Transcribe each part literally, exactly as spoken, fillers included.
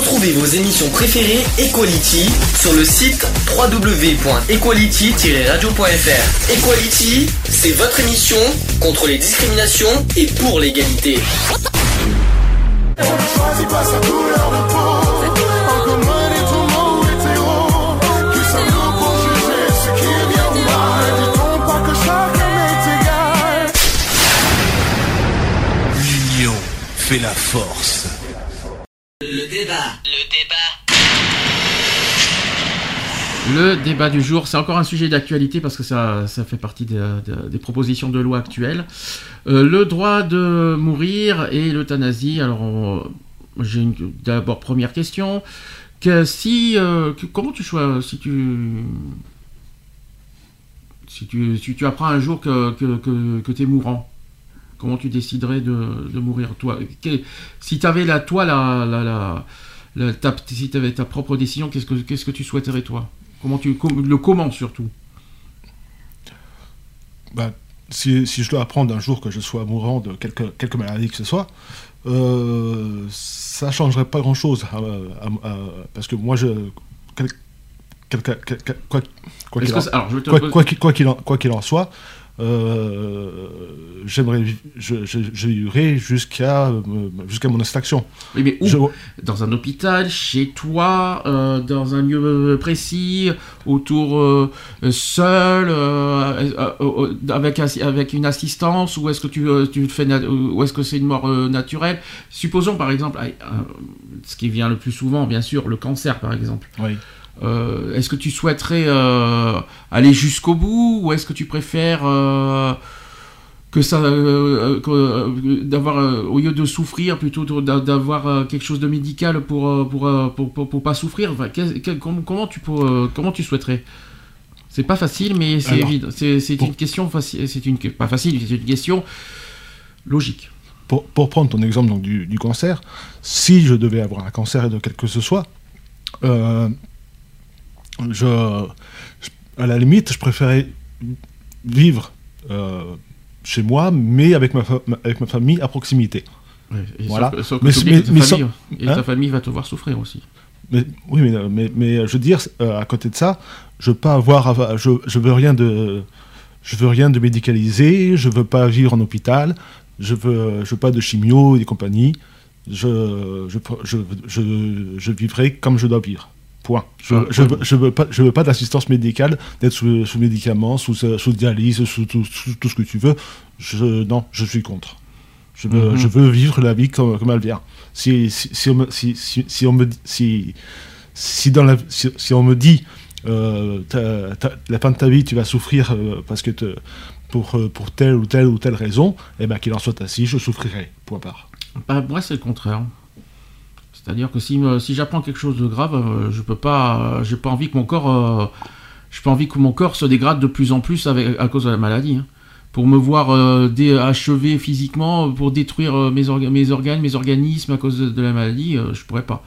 Retrouvez vos émissions préférées Equality sur le site w w w point equality tiret radio point f r. Equality, c'est votre émission contre les discriminations et pour l'égalité. On ne choisit pas sa couleur de peau. En commun est ton mot hétéro. Qui sommes-nous pour juger ce qui est bien ou mal? Dit-on pas que chacun est égal? L'union fait la force. Le débat. Le débat. Le débat du jour, c'est encore un sujet d'actualité parce que ça, ça fait partie des, des, des propositions de loi actuelles. Euh, le droit de mourir et l'euthanasie. Alors, on, j'ai une, d'abord première question. Que si, euh, que, comment tu choisis si tu, si tu, si tu apprends un jour que que que, que t'es mourant, comment tu déciderais de, de mourir toi? Que, si tu avais la toi la la la, la ta, si tu avais ta propre décision, qu'est-ce que qu'est-ce que tu souhaiterais toi? Comment tu le comment surtout? Bah, si, si je dois apprendre un jour que je sois mourant de quelque, quelque maladie que ce soit, euh, ça ne changerait pas grand-chose. À, à, à, parce que moi, je... Quel, quel, quel, quel, quoi, quoi, qu'il en, ça, alors, je te quoi, quoi, quoi, qu'il en, quoi qu'il en soit, euh, j'aimerais, je, je, je vivrai jusqu'à, jusqu'à mon extinction. Oui, mais où? Je... Dans un hôpital, chez toi, euh, dans un lieu précis, autour, euh, seul, euh, euh, euh, avec, avec une assistance, ou est-ce que tu, euh, tu fais, na- ou est-ce que c'est une mort euh, naturelle? Supposons par exemple, euh, ce qui vient le plus souvent, bien sûr, le cancer par exemple. Oui. Euh, est-ce que tu souhaiterais euh, aller jusqu'au bout, ou est-ce que tu préfères euh, que ça, euh, que, euh, d'avoir, euh, au lieu de souffrir, plutôt d'avoir euh, quelque chose de médical pour euh, pour, euh, pour, pour, pour pas souffrir? Enfin, quel, quel, comment, comment tu pour, euh, comment tu souhaiterais? C'est pas facile, mais c'est Alors, évident. C'est, c'est pour... une question facile. C'est une pas facile, c'est une question logique. Pour, pour prendre ton exemple donc du, du cancer, si je devais avoir un cancer de quel que ce soit. Euh, Je, je, à la limite, je préférais vivre euh, chez moi, mais avec ma, fa- avec ma famille à proximité. Ouais, et voilà. Sauf, sauf que mais, mais, mais, ta mais famille, sans, et hein ta famille va te voir souffrir aussi. Mais, oui, mais, mais, mais je veux dire, euh, à côté de ça, je veux pas avoir, je, je veux rien de, je veux rien de médicalisé, je veux pas vivre en hôpital, je veux, je veux pas de chimio et compagnie. Je, je, je, je, je vivrai comme je dois vivre. Point. Je ne je, je veux pas, je veux pas d'assistance médicale, d'être sous, sous médicaments, sous, sous dialyse, sous, sous, sous tout ce que tu veux. Je, non, je suis contre. Je veux, mm-hmm. je veux vivre la vie comme, comme elle vient. Si, si, si, on me, si, si, si, on me, si, si, dans la, si, si on me dit euh, t'as, t'as, la fin de ta vie, tu vas souffrir euh, parce que te, pour, pour telle ou telle ou telle raison, eh ben, qu'il en soit ainsi, je souffrirai. Point barre. Bah, moi, c'est le contraire. C'est-à-dire que si, si j'apprends quelque chose de grave, euh, je peux pas, euh, j'ai pas envie que mon corps, euh, j'ai pas envie que mon corps se dégrade de plus en plus avec, à cause de la maladie. Hein. Pour me voir euh, dé- achevé physiquement, pour détruire euh, mes, orga- mes organes, mes organismes à cause de, de la maladie, euh, je pourrais pas.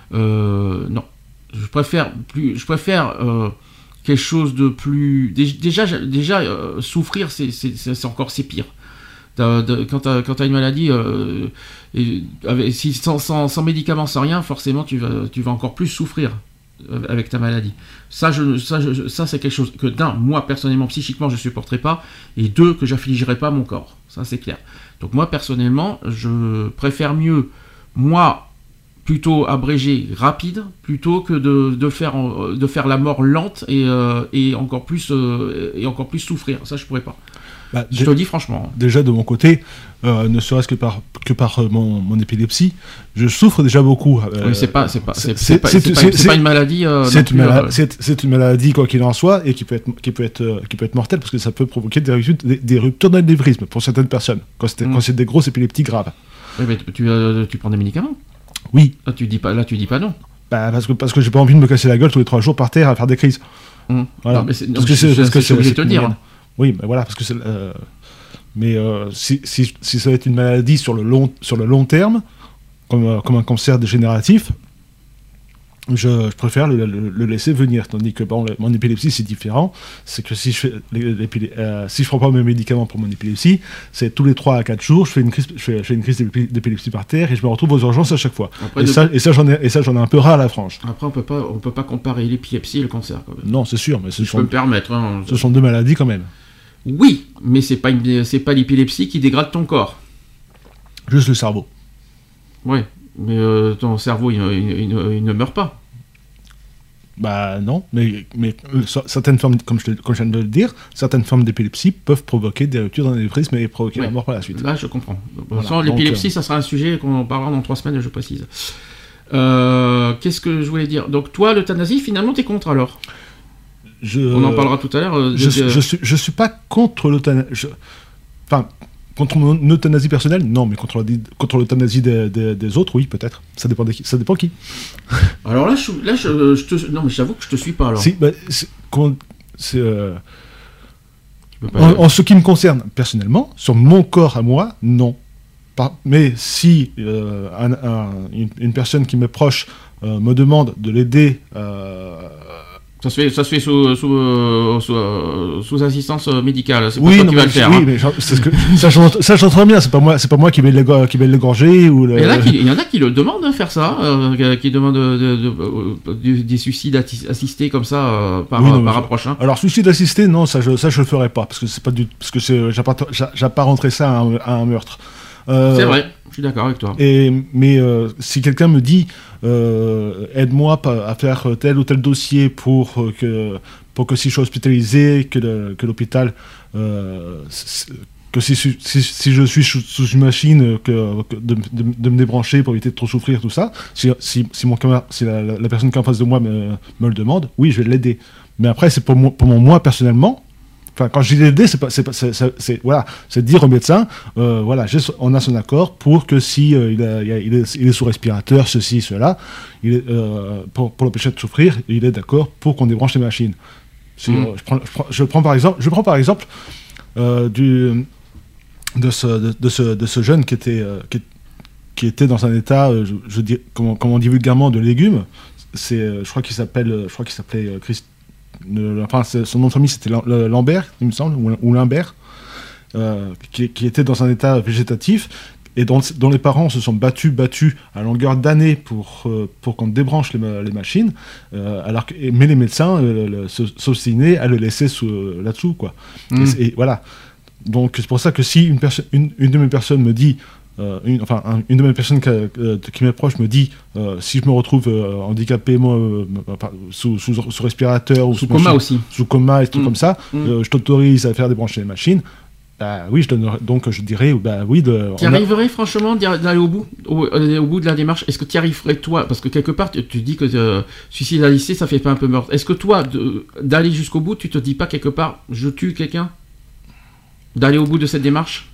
Euh, non, je préfère plus, je préfère euh, quelque chose de plus. Déjà, déjà euh, souffrir, c'est, c'est, c'est encore c'est pire. T'as, de, quand tu as une maladie, euh, et, avec, si, sans, sans, sans médicaments, sans rien, forcément tu vas, tu vas encore plus souffrir avec ta maladie. Ça, je, ça, je, ça c'est quelque chose que d'un, moi personnellement, psychiquement, je ne supporterai pas, et deux, que j'affligerai pas mon corps. Ça, c'est clair. Donc moi, personnellement, je préfère mieux, moi, plutôt abrégé, rapide, plutôt que de, de, faire, de faire la mort lente et, euh, et, encore plus, euh, et encore plus souffrir. Ça, je pourrais pas. Bah, je dé- te le dis franchement. Déjà de mon côté, euh, ne serait-ce que par, que par euh, mon, mon épilepsie, je souffre déjà beaucoup. Euh, oui, c'est pas, c'est pas, c'est, c'est, c'est, pas, c'est, c'est, c'est, c'est pas une maladie. Euh, c'est, plus, une mala- euh... c'est, c'est une maladie quoi qu'il en soit et qui peut être, qui peut être, euh, qui peut être mortelle parce que ça peut provoquer des ruptures, des, des ruptures d'anévrisme pour certaines personnes quand c'est, mmh. quand c'est des grosses épilepsies graves. Oui, mais tu, tu, euh, tu prends des médicaments. Oui. Là, tu dis pas, là, tu dis pas non. Bah, parce que parce que j'ai pas envie de me casser la gueule tous les trois jours par terre à faire des crises. Mmh. Voilà. Non, mais c'est, parce que c'est, c'est, parce que c'est, c'est, je te le dire. Hein. Oui, mais voilà, parce que c'est. Euh, mais euh, si, si, si ça va être une maladie sur le long, sur le long terme, comme, euh, comme un cancer dégénératif, je, je préfère le, le, le laisser venir. Tandis que bon, le, mon épilepsie, c'est différent. C'est que si je fais euh, si je prends pas mes médicaments pour mon épilepsie, c'est tous les trois à quatre jours, je fais une crise, je fais, je fais une crise d'épilepsie par terre et je me retrouve aux urgences à chaque fois. Après, et, de... ça, et ça, j'en ai, et ça, j'en ai un peu ras à la frange. Après, on peut pas, on peut pas comparer l'épilepsie et le cancer, quand même. Non, c'est sûr, mais ce je sont, peux me permettre. Hein, ce sont deux maladies quand même. Oui, mais c'est pas une, c'est pas l'épilepsie qui dégrade ton corps. Juste le cerveau. Oui, mais euh, ton cerveau, il, il, il, il ne meurt pas. Bah non, mais, mais euh, certaines formes, comme je, comme je viens de le dire, certaines formes d'épilepsie peuvent provoquer des ruptures d'anévrisme et provoquer ouais. la mort par la suite. Là, je comprends. Voilà. Sans l'épilepsie, euh... ça sera un sujet qu'on parlera dans trois semaines, je précise. Euh, qu'est-ce que je voulais dire ? Donc toi, l'euthanasie, finalement, t'es contre alors ? je... On en parlera tout à l'heure. Euh, je, de... je, suis, je suis pas contre l'euthanasie. Je... Enfin... Contre mon euthanasie personnelle, non, mais contre, la, contre l'euthanasie des, des, des autres, oui, peut-être. Ça dépend de qui. Ça dépend qui. Alors là, je, là je, je te, non, mais j'avoue que je te suis pas alors. Si, bah, c'est, comment, c'est, euh, en, en ce qui me concerne personnellement, sur mon corps à moi, non. Par, mais si euh, un, un, une, une personne qui m'est proche euh, me demande de l'aider. Euh, Ça se fait, ça se fait sous, sous, euh, sous, euh, sous assistance médicale. C'est pas oui, toi non, qui vas le faire. Oui, hein. mais c'est ce que, ça, j'entends, ça j'entends bien. C'est pas moi, c'est pas moi qui vais l'égor, qui vais l'égorger ou. Le... Il y en a qui, il y en a qui le demandent de faire ça, euh, qui demandent de, de, de, de, des suicides assistés comme ça euh, par, oui, non, par approche. Hein. Alors suicide assisté, non, ça je, ça je le ferai pas parce que c'est pas du, parce que c'est, j'apparenterais ça à un, à un meurtre. Euh, c'est vrai, je suis d'accord avec toi. Et, mais euh, si quelqu'un me dit euh, aide-moi à faire tel ou tel dossier pour que, pour que si je suis hospitalisé, que, le, que l'hôpital, euh, que si, si, si je suis sous une machine, que, que de, de, de me débrancher pour éviter de trop souffrir, tout ça, si, si, si, mon camarade, si la, la personne qui est en face de moi me, me le demande, oui, je vais l'aider. Mais après, c'est pour, moi, pour mon moi personnellement. Enfin, quand je dis l'aider, c'est pas, c'est pas, c'est, c'est, c'est, voilà, c'est de dire au médecin, euh, voilà, j'ai, on a son accord pour que si euh, il, a, il, est, il est sous respirateur, ceci, cela, il est, euh, pour, pour l'empêcher de souffrir, il est d'accord pour qu'on débranche les machines. Si, mmh. euh, je, prends, je, prends, je prends par exemple, je prends par exemple euh, du, de ce, de, de ce, de ce jeune qui était, euh, qui, qui était dans un état, euh, je, je dis, comme, comme on dit vulgairement, de légumes. C'est, euh, je crois qu'il s'appelle, je crois qu'il s'appelait euh, Christ. Le, enfin, son nom de famille c'était Lambert, il me semble, ou, ou Limbert, euh, qui, qui était dans un état végétatif et dont, dont les parents se sont battus, battus à longueur d'années pour, euh, pour qu'on débranche les, les machines, euh, alors que, mais les médecins euh, s'obstinaient à le laisser sous, euh, là-dessous, quoi. Mmh. Et, et voilà. Donc c'est pour ça que si une, perso- une, une de mes personnes me dit Euh, une, enfin, un, une de mes personnes qui, euh, qui m'approche me dit euh, si je me retrouve euh, handicapé, moi, euh, sous, sous, sous respirateur ou sous, sous coma aussi, sous coma et tout mmh. comme ça, mmh. euh, je t'autorise à faire débrancher les machines. Bah oui, je donnerais, donc je dirais bah oui. De, tu arriverais a... franchement d'aller au bout, au, au bout de la démarche. Est-ce que tu y arriverais toi, parce que quelque part tu, tu dis que euh, suicide assisté, ça fait pas un peu meurtre. Est-ce que toi de, d'aller jusqu'au bout, tu te dis pas quelque part je tue quelqu'un, d'aller au bout de cette démarche?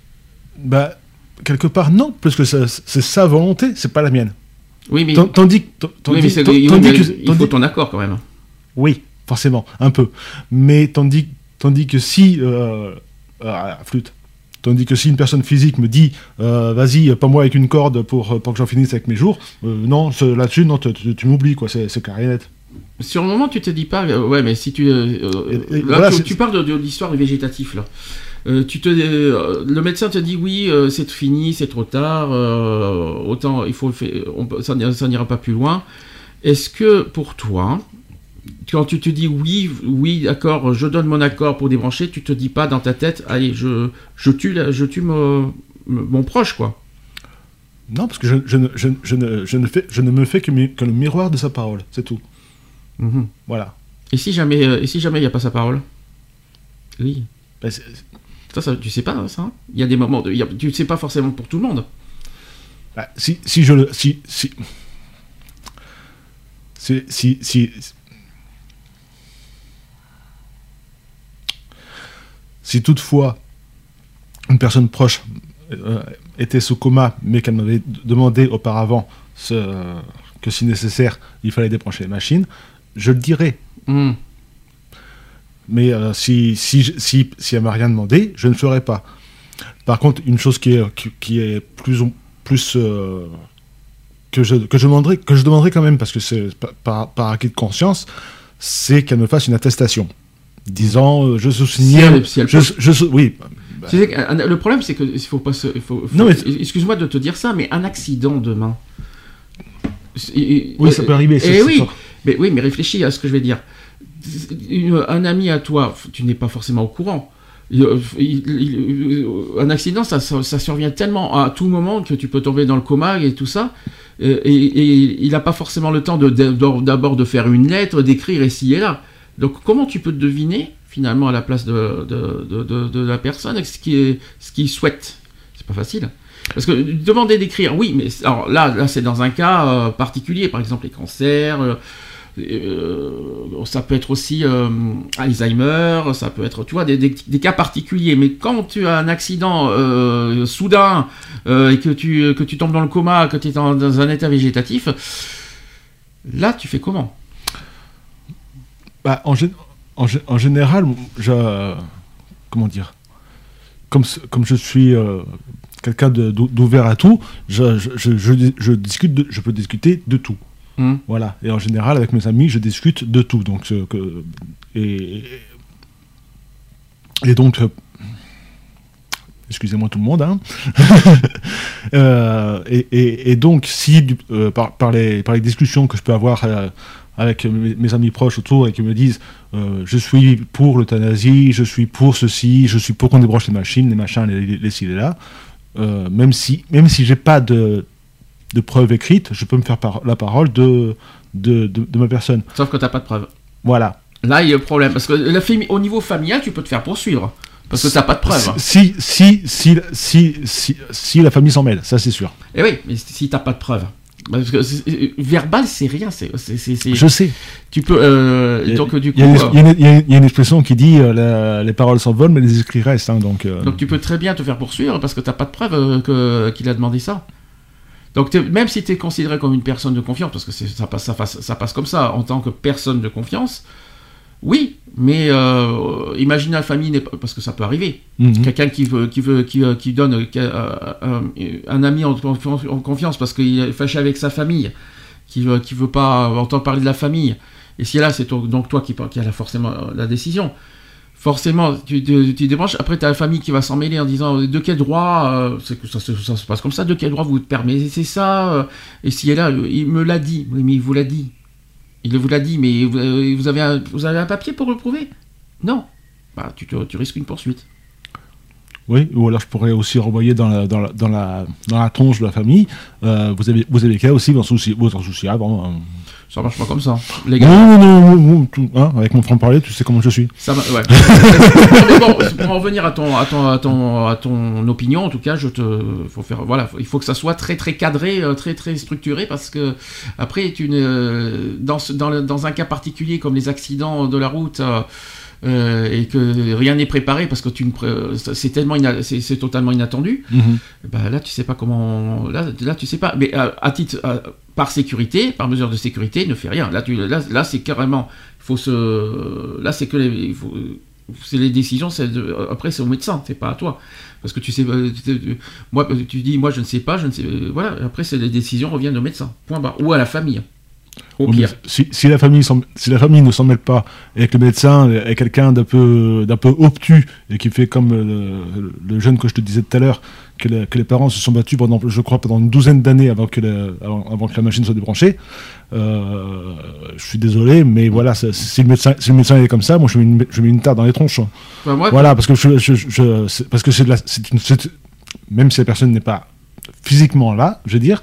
Bah quelque part, non, parce que ça, c'est sa volonté, c'est pas la mienne. Oui, mais... Tandis, tandis, oui, mais c'est, tandis, tandis que... Il faut ton accord, quand même. Oui, forcément, un peu. Mais tandis, tandis que si... Euh, euh, flûte. Tandis que si une personne physique me dit euh, vas-y, pas moi avec une corde pour, pour que j'en finisse avec mes jours, euh, non, là-dessus, non, tu, tu, tu m'oublies, quoi, c'est, c'est carré net. Sur le moment, tu te dis pas... Euh, ouais, mais si tu... Euh, et, et, là, voilà, tu, tu parles de, de l'histoire du végétatif, là. Euh, tu te, euh, le médecin te dit oui, euh, c'est fini, c'est trop tard, euh, autant il faut, on, ça, ça n'ira pas plus loin. Est-ce que pour toi, quand tu te dis oui, oui, d'accord, je donne mon accord pour débrancher, tu te dis pas dans ta tête, allez, je, je tue, je tue mon, mon proche, quoi. Non, parce que je, je, je, je, ne, je, ne, fais, je ne me fais que, mi, que le miroir de sa parole, c'est tout. Mmh. Voilà. Et si jamais, et si jamais il n'y a pas sa parole? Oui. Ben c'est... Ça, ça, tu sais pas ça. Il y a des moments, de, il y a, tu sais pas forcément pour tout le monde. Bah, si, si je le, si, si, si, si, si, si toutefois une personne proche euh, était sous coma, mais qu'elle m'avait demandé auparavant ce, que si nécessaire, il fallait débrancher les machines, je le dirais. Mmh. Mais euh, si, si, si, si elle m'a rien demandé, je ne le ferai pas. Par contre, une chose qui est, qui, qui est plus, plus euh, que je, que je demanderai, que je demanderai quand même, parce que c'est par, par, par acquis de conscience, c'est qu'elle me fasse une attestation disant euh, je sous-signe. Si elle- si elle je, peut- je, je- oui. Tu sais qu'un- le problème, c'est que il faut pas se. il faut- faut- Non, mais- excuse-moi de te dire ça, mais un accident demain. C'est- Oui, ça peut arriver, c'est- Eh c'est oui, fort. mais oui, mais réfléchis à ce que je vais dire. Une- un ami à toi, tu n'es pas forcément au courant. Il- il- il- un accident, ça, ça, ça survient tellement à tout moment que tu peux tomber dans le coma et tout ça. Et, et- et il n'a pas forcément le temps de, de- d'abord de faire une lettre, d'écrire ici et là. Donc comment tu peux deviner finalement à la place de, de, de, de, de la personne ce qu'il est, ce qu'il souhaite? C'est pas facile. Parce que demander d'écrire, oui, mais alors là, là c'est dans un cas euh, particulier, par exemple les cancers. euh, Euh, ça peut être aussi euh, Alzheimer, ça peut être, tu vois, des, des, des cas particuliers. Mais quand tu as un accident euh, soudain euh, et que tu, que tu tombes dans le coma, que tu es dans, dans un état végétatif, là, tu fais comment? Bah, en, gé- en, gé- en général, je, comment dire, comme, ce- comme je suis euh, quelqu'un de- d'ou- d'ouvert à tout, je, je, je, je, je discute de- je peux discuter de tout. Hum. Voilà. Et en général, avec mes amis, je discute de tout. Donc, euh, que, et, et donc, euh, excusez-moi tout le monde, hein. Euh, et, et, et donc, si du- euh, par, par, les, par les discussions que je peux avoir euh, avec mes, mes amis proches autour et qui me disent euh, je suis pour l'euthanasie, je suis pour ceci, je suis pour qu'on débranche les machines, les machins, les, les, les ci, les là, euh, même si, même si j'ai pas de de preuves écrites, je peux me faire par- la parole de, de, de, de ma personne. Sauf que tu n'as pas de preuves. Voilà. Là, il y a le problème. Parce que la fami- au niveau familial, tu peux te faire poursuivre. Parce que tu n'as pas de preuves. Si, si, si, si, si, si la famille s'en mêle, ça c'est sûr. Et oui, mais si tu n'as pas de preuves. Parce que c'est- verbal, c'est rien. C'est, c'est, c'est, c'est- Je sais. Tu peux. euh, Il y a- donc, du coup. il y a une- euh, il y a une- il y a une- il y a une expression qui dit euh, la- les paroles s'envolent, mais les écrits restent. Hein, donc, euh, Donc tu peux très bien te faire poursuivre parce que tu n'as pas de preuve euh, que, qu'il a demandé ça. Donc t'es- même si tu es considéré comme une personne de confiance, parce que c'est, ça, passe, ça, passe, ça passe comme ça, en tant que personne de confiance, oui, mais euh, imagine la famille, n'est pas, parce que ça peut arriver, mhm. quelqu'un qui, veut, qui, veut, qui, euh, qui donne euh, un, un ami en, en- en confiance parce qu'il est fâché avec sa famille, qui ne veut, qui veut pas entendre parler de la famille, et si là c'est ton- donc toi qui, qui a forcément la décision. Forcément, tu, tu, tu débranches. Après, tu as la famille qui va s'en mêler en disant de quel droit, euh, c'est que ça, ça, ça se passe comme ça, de quel droit vous permettez ça euh, et si elle là, il me l'a dit. Oui, mais il vous l'a dit. Il vous l'a dit, mais vous, euh, vous, avez un, vous avez un papier pour le prouver? Non. Bah, tu, te- tu risques une poursuite. Oui, ou alors je pourrais aussi renvoyer dans la, dans la, dans la, dans la tronche de la famille. Euh, vous avez, vous avez qu'à aussi vous en soucier, vous en soucier avant. hein. Ça marche pas comme ça, les gars. Non, non, non, non, tout, hein, avec mon franc-parler, tu sais comment je suis. Ça va, ouais. Mais bon, pour en revenir à ton, à ton, à ton, à ton opinion, en tout cas, je te, faut faire, voilà, il faut que ça soit très, très cadré, euh, très, très structuré, parce que après, tu ne, dans, ce, dans, le- dans un cas particulier comme les accidents de la route. Euh, euh, et que rien n'est préparé parce que tu ne pré- c'est tellement ina- c'est, c'est totalement inattendu. Mhm. Bah là tu sais pas comment là, là tu sais pas mais euh, à titre euh, par sécurité, par mesure de sécurité, ne fais rien. Là tu là, là c'est carrément faut se là c'est que les, il faut, c'est les décisions, c'est de, après c'est au médecin, c'est pas à toi parce que tu sais euh, tu, tu- moi tu dis moi je ne sais pas, je ne sais euh, voilà, après c'est les décisions reviennent au médecin. Point barre, ou à la famille. Au Oui, pire. mais Si, si, la famille s'en- si la famille ne s'en mêle pas et que le médecin est quelqu'un d'un peu, d'un peu obtus et qui fait comme le, le jeune que je te disais tout à l'heure, que, le- que les parents se sont battus pendant, je crois, pendant une douzaine d'années avant que, le- avant, avant que la machine soit débranchée, euh, je suis désolé, mais voilà, c'est- si le médecin, si le médecin est comme ça, moi je mets une, je mets une tarte dans les tronches. hein. Enfin, moi, Voilà, parce que je, je, je- c'est- parce que c'est de la, c'est une, c'est- même si la personne n'est pas physiquement là, je veux dire,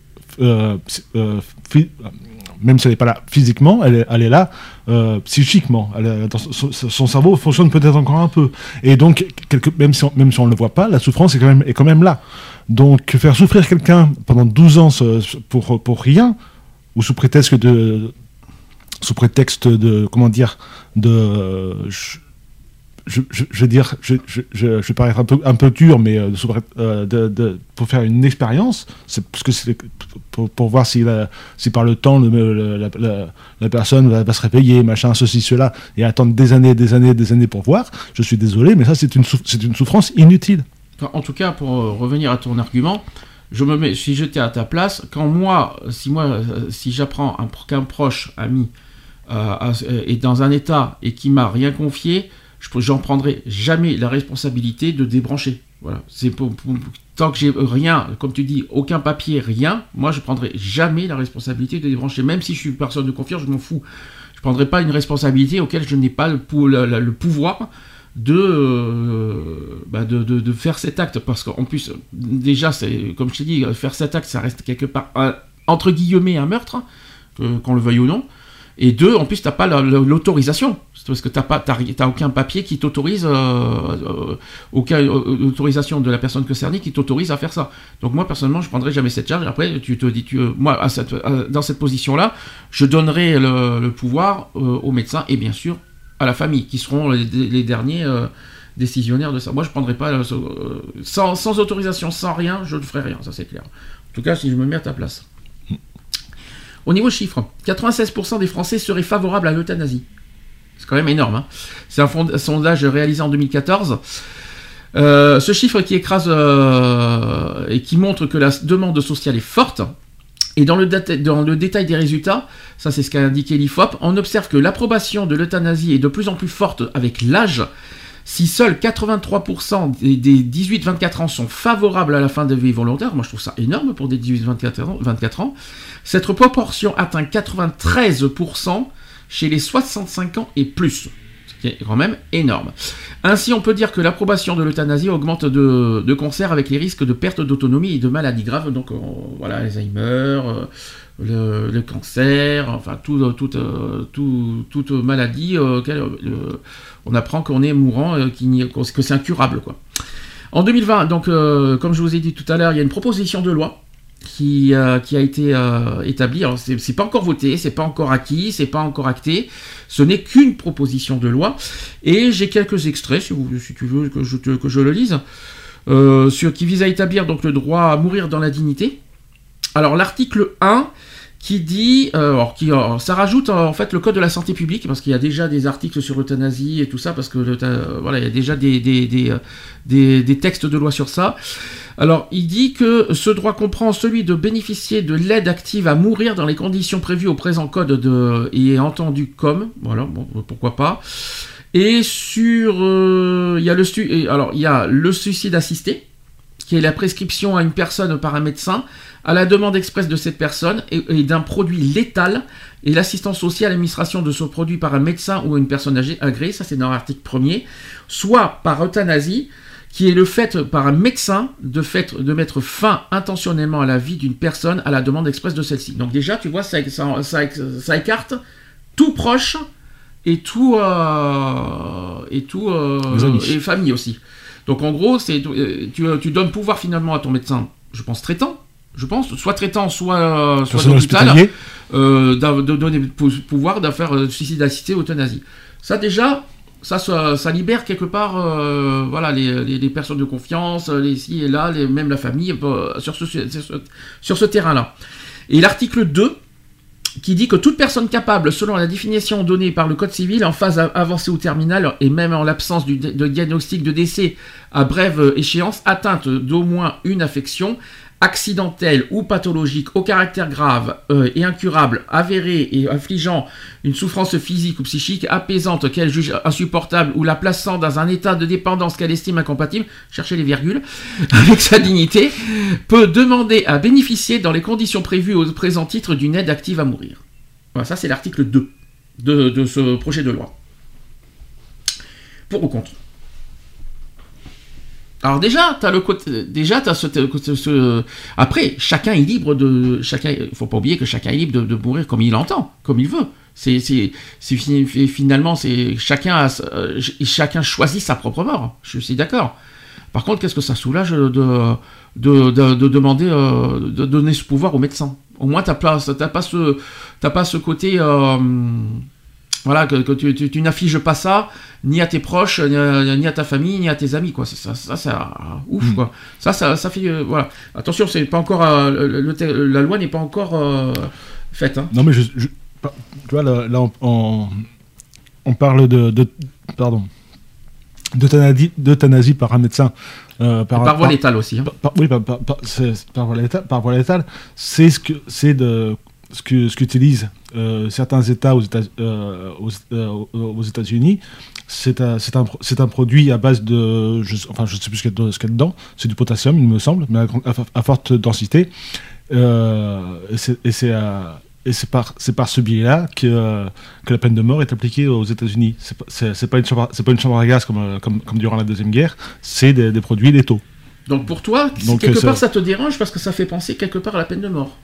euh, c'est- euh, phy- même si elle n'est pas là physiquement, elle est, elle est là euh, psychiquement. Elle est- dans son, son- son cerveau fonctionne peut-être encore un peu. Et donc, quelque, même si on même si on ne le voit pas, la souffrance est quand même, est quand même là. Donc, faire souffrir quelqu'un pendant douze ans ce- pour, pour rien, ou sous prétexte de, sous prétexte de, comment dire, de, je, je, je, je veux dire, je, je, je, je vais paraître un peu, un peu dur, mais euh, sous pré- euh, de, de, pour faire une expérience, c'est parce que c'est pour, pour voir si, la, si par le temps le, le- la, la, la personne va, va se réveiller, machin, ceci, cela, et attendre des années, des années, des années pour voir. Je suis désolé, mais ça c'est une, souf- c'est une souffrance inutile. Enfin, en tout cas, pour euh, revenir à ton argument, je me mets, si j'étais à ta place, quand moi, si moi, si j'apprends un, qu'un proche ami euh, est dans un état et qui m'a rien confié, je, j'en prendrai jamais la responsabilité de débrancher. Voilà, c'est pour, pour, tant que j'ai rien, comme tu dis, aucun papier, rien, moi je prendrai jamais la responsabilité de débrancher, même si je suis une personne de confiance, je m'en fous. Je prendrai pas une responsabilité auquel je n'ai pas le, le, le pouvoir de, euh, bah de, de, de faire cet acte, parce qu'en plus, déjà, c'est, comme je t'ai dit, faire cet acte, ça reste quelque part, un, entre guillemets, un meurtre, euh, qu'on le veuille ou non. Et deux, en plus, t'as pas la, la, l'autorisation, c'est parce que t'as pas, t'as, t'as aucun papier qui t'autorise, euh, euh, aucune autorisation de la personne concernée qui t'autorise à faire ça. Donc moi, personnellement, je prendrai jamais cette charge. Après, tu te dis, tu, moi, à cette, à, dans cette position-là, je donnerai le, le pouvoir euh, aux médecins et bien sûr à la famille, qui seront les, les derniers euh, décisionnaires de ça. Moi, je prendrai pas euh, sans, sans autorisation, sans rien, je ne ferai rien, ça c'est clair. En tout cas, si je me mets à ta place. Au niveau chiffre, quatre-vingt-seize pour cent des Français seraient favorables à l'euthanasie. C'est quand même énorme. Hein. C'est un, fond, un sondage réalisé en deux mille quatorze. Euh, ce chiffre qui écrase euh, et qui montre que la demande sociale est forte. Et dans le, data, dans le détail des résultats, ça c'est ce qu'a indiqué l'I F O P, on observe que l'approbation de l'euthanasie est de plus en plus forte avec l'âge. Si seuls quatre-vingt-trois pour cent des, des dix-huit vingt-quatre ans sont favorables à la fin de vie volontaire, moi je trouve ça énorme pour des dix-huit vingt-quatre ans, cette proportion atteint quatre-vingt-treize pour cent chez les soixante-cinq ans et plus, ce qui est quand même énorme. Ainsi, on peut dire que l'approbation de l'euthanasie augmente de, de concert avec les risques de perte d'autonomie et de maladies graves, donc euh, voilà, Alzheimer, euh, le, le cancer, enfin tout, tout, euh, tout, toute maladie, euh, quelle, euh, on apprend qu'on est mourant, euh, que c'est incurable, quoi. En deux mille vingt, donc, euh, comme je vous ai dit tout à l'heure, il y a une proposition de loi qui, euh, qui a été euh, établie. Alors, c'est, c'est pas encore voté, c'est pas encore acquis, c'est pas encore acté. Ce n'est qu'une proposition de loi. Et j'ai quelques extraits, si, vous, si tu veux que je, te, que je le lise, euh, sur, qui vise à établir donc, le droit à mourir dans la dignité. Alors, l'article un... qui dit, euh, alors, qui, alors, ça rajoute euh, en fait le code de la santé publique, parce qu'il y a déjà des articles sur l'euthanasie et tout ça, parce que euh, voilà, il y a déjà des, des, des, euh, des, des textes de loi sur ça. Alors, il dit que ce droit comprend celui de bénéficier de l'aide active à mourir dans les conditions prévues au présent code de, et entendu comme, voilà, bon, pourquoi pas. Et sur, euh, il y a le, et, alors, il y a le suicide assisté, qui est la prescription à une personne par un médecin, à la demande expresse de cette personne et, et d'un produit létal, et l'assistance sociale à l'administration de ce produit par un médecin ou une personne âgée agréée, ça c'est dans l'article premier, soit par euthanasie, qui est le fait par un médecin de, fait, de mettre fin intentionnellement à la vie d'une personne à la demande expresse de celle-ci. Donc déjà, tu vois, ça, ça, ça, ça écarte tout proche et tout, euh, et tout euh, et famille aussi. Donc en gros, c'est, tu, tu donnes pouvoir finalement à ton médecin, je pense traitant, je pense, soit traitant, soit, soit d'hôpital, euh, de, de donner pouvoir de faire euh, suicide assisté, euthanasie. Ça déjà, ça, ça, ça libère quelque part euh, voilà, les, les, les personnes de confiance, les ci et là, les, même la famille, euh, sur, ce, sur, ce, sur ce terrain-là. Et l'article deux, qui dit que toute personne capable, selon la définition donnée par le Code civil, en phase avancée ou terminale, et même en l'absence du, de diagnostic de décès à brève échéance, atteinte d'au moins une affection, accidentelle ou pathologique au caractère grave euh, et incurable, avérée et infligeant une souffrance physique ou psychique apaisante qu'elle juge insupportable ou la plaçant dans un état de dépendance qu'elle estime incompatible, cherchez les virgules, avec sa dignité, peut demander à bénéficier dans les conditions prévues au présent titre d'une aide active à mourir. Voilà, ça c'est l'article deux de, de ce projet de loi. Pour ou contre ? Alors déjà, t'as le côté, déjà t'as ce, ce, ce, après chacun est libre de, chacun, il faut pas oublier que chacun est libre de, de mourir comme il l'entend, comme il veut. C'est, c'est, c'est finalement c'est chacun, a, chacun choisit sa propre mort. Je suis d'accord. Par contre, qu'est-ce que ça soulage de, de, de, de demander, euh, de donner ce pouvoir au médecin. Au moins t'as pas, t'as pas ce, t'as pas ce côté. Euh, Voilà, que, que tu, tu, tu n'affiches pas ça, ni à tes proches, ni à, ni à ta famille, ni à tes amis, quoi. C'est ça, ça, ça, uh, ouf, mmh. quoi. Ça, ça, ça fait, euh, voilà. Attention, c'est pas encore, euh, le, le, la loi n'est pas encore euh, faite. Hein. Non, mais je, je, tu vois, là, là on, on, on parle de, de, pardon, d'euthanasie, d'euthanasie par un médecin. Euh, par, par voie par- létale aussi. Hein. par- par- oui, par, par, par- c'est- par voie létale, par voie létale, c'est ce que c'est de ce que ce qu'utilisent euh, certains États aux États euh, aux, euh, aux États-Unis. C'est un c'est un pro- c'est un produit à base de je, enfin je sais plus ce qu'il y a, ce qu'il y a dedans. C'est du potassium, il me semble, mais à, à- à forte densité. Euh, et c'est et c'est à- et c'est par, c'est par ce biais-là que, euh, que la peine de mort est appliquée aux États-Unis. C'est pas, c'est, c'est pas une chambre, c'est pas une chambre à gaz comme, euh, comme, comme durant la Deuxième Guerre, c'est des, des produits létaux. Donc pour toi, Donc, quelque euh, part ça- ça te dérange parce que ça fait penser quelque part à la peine de mort.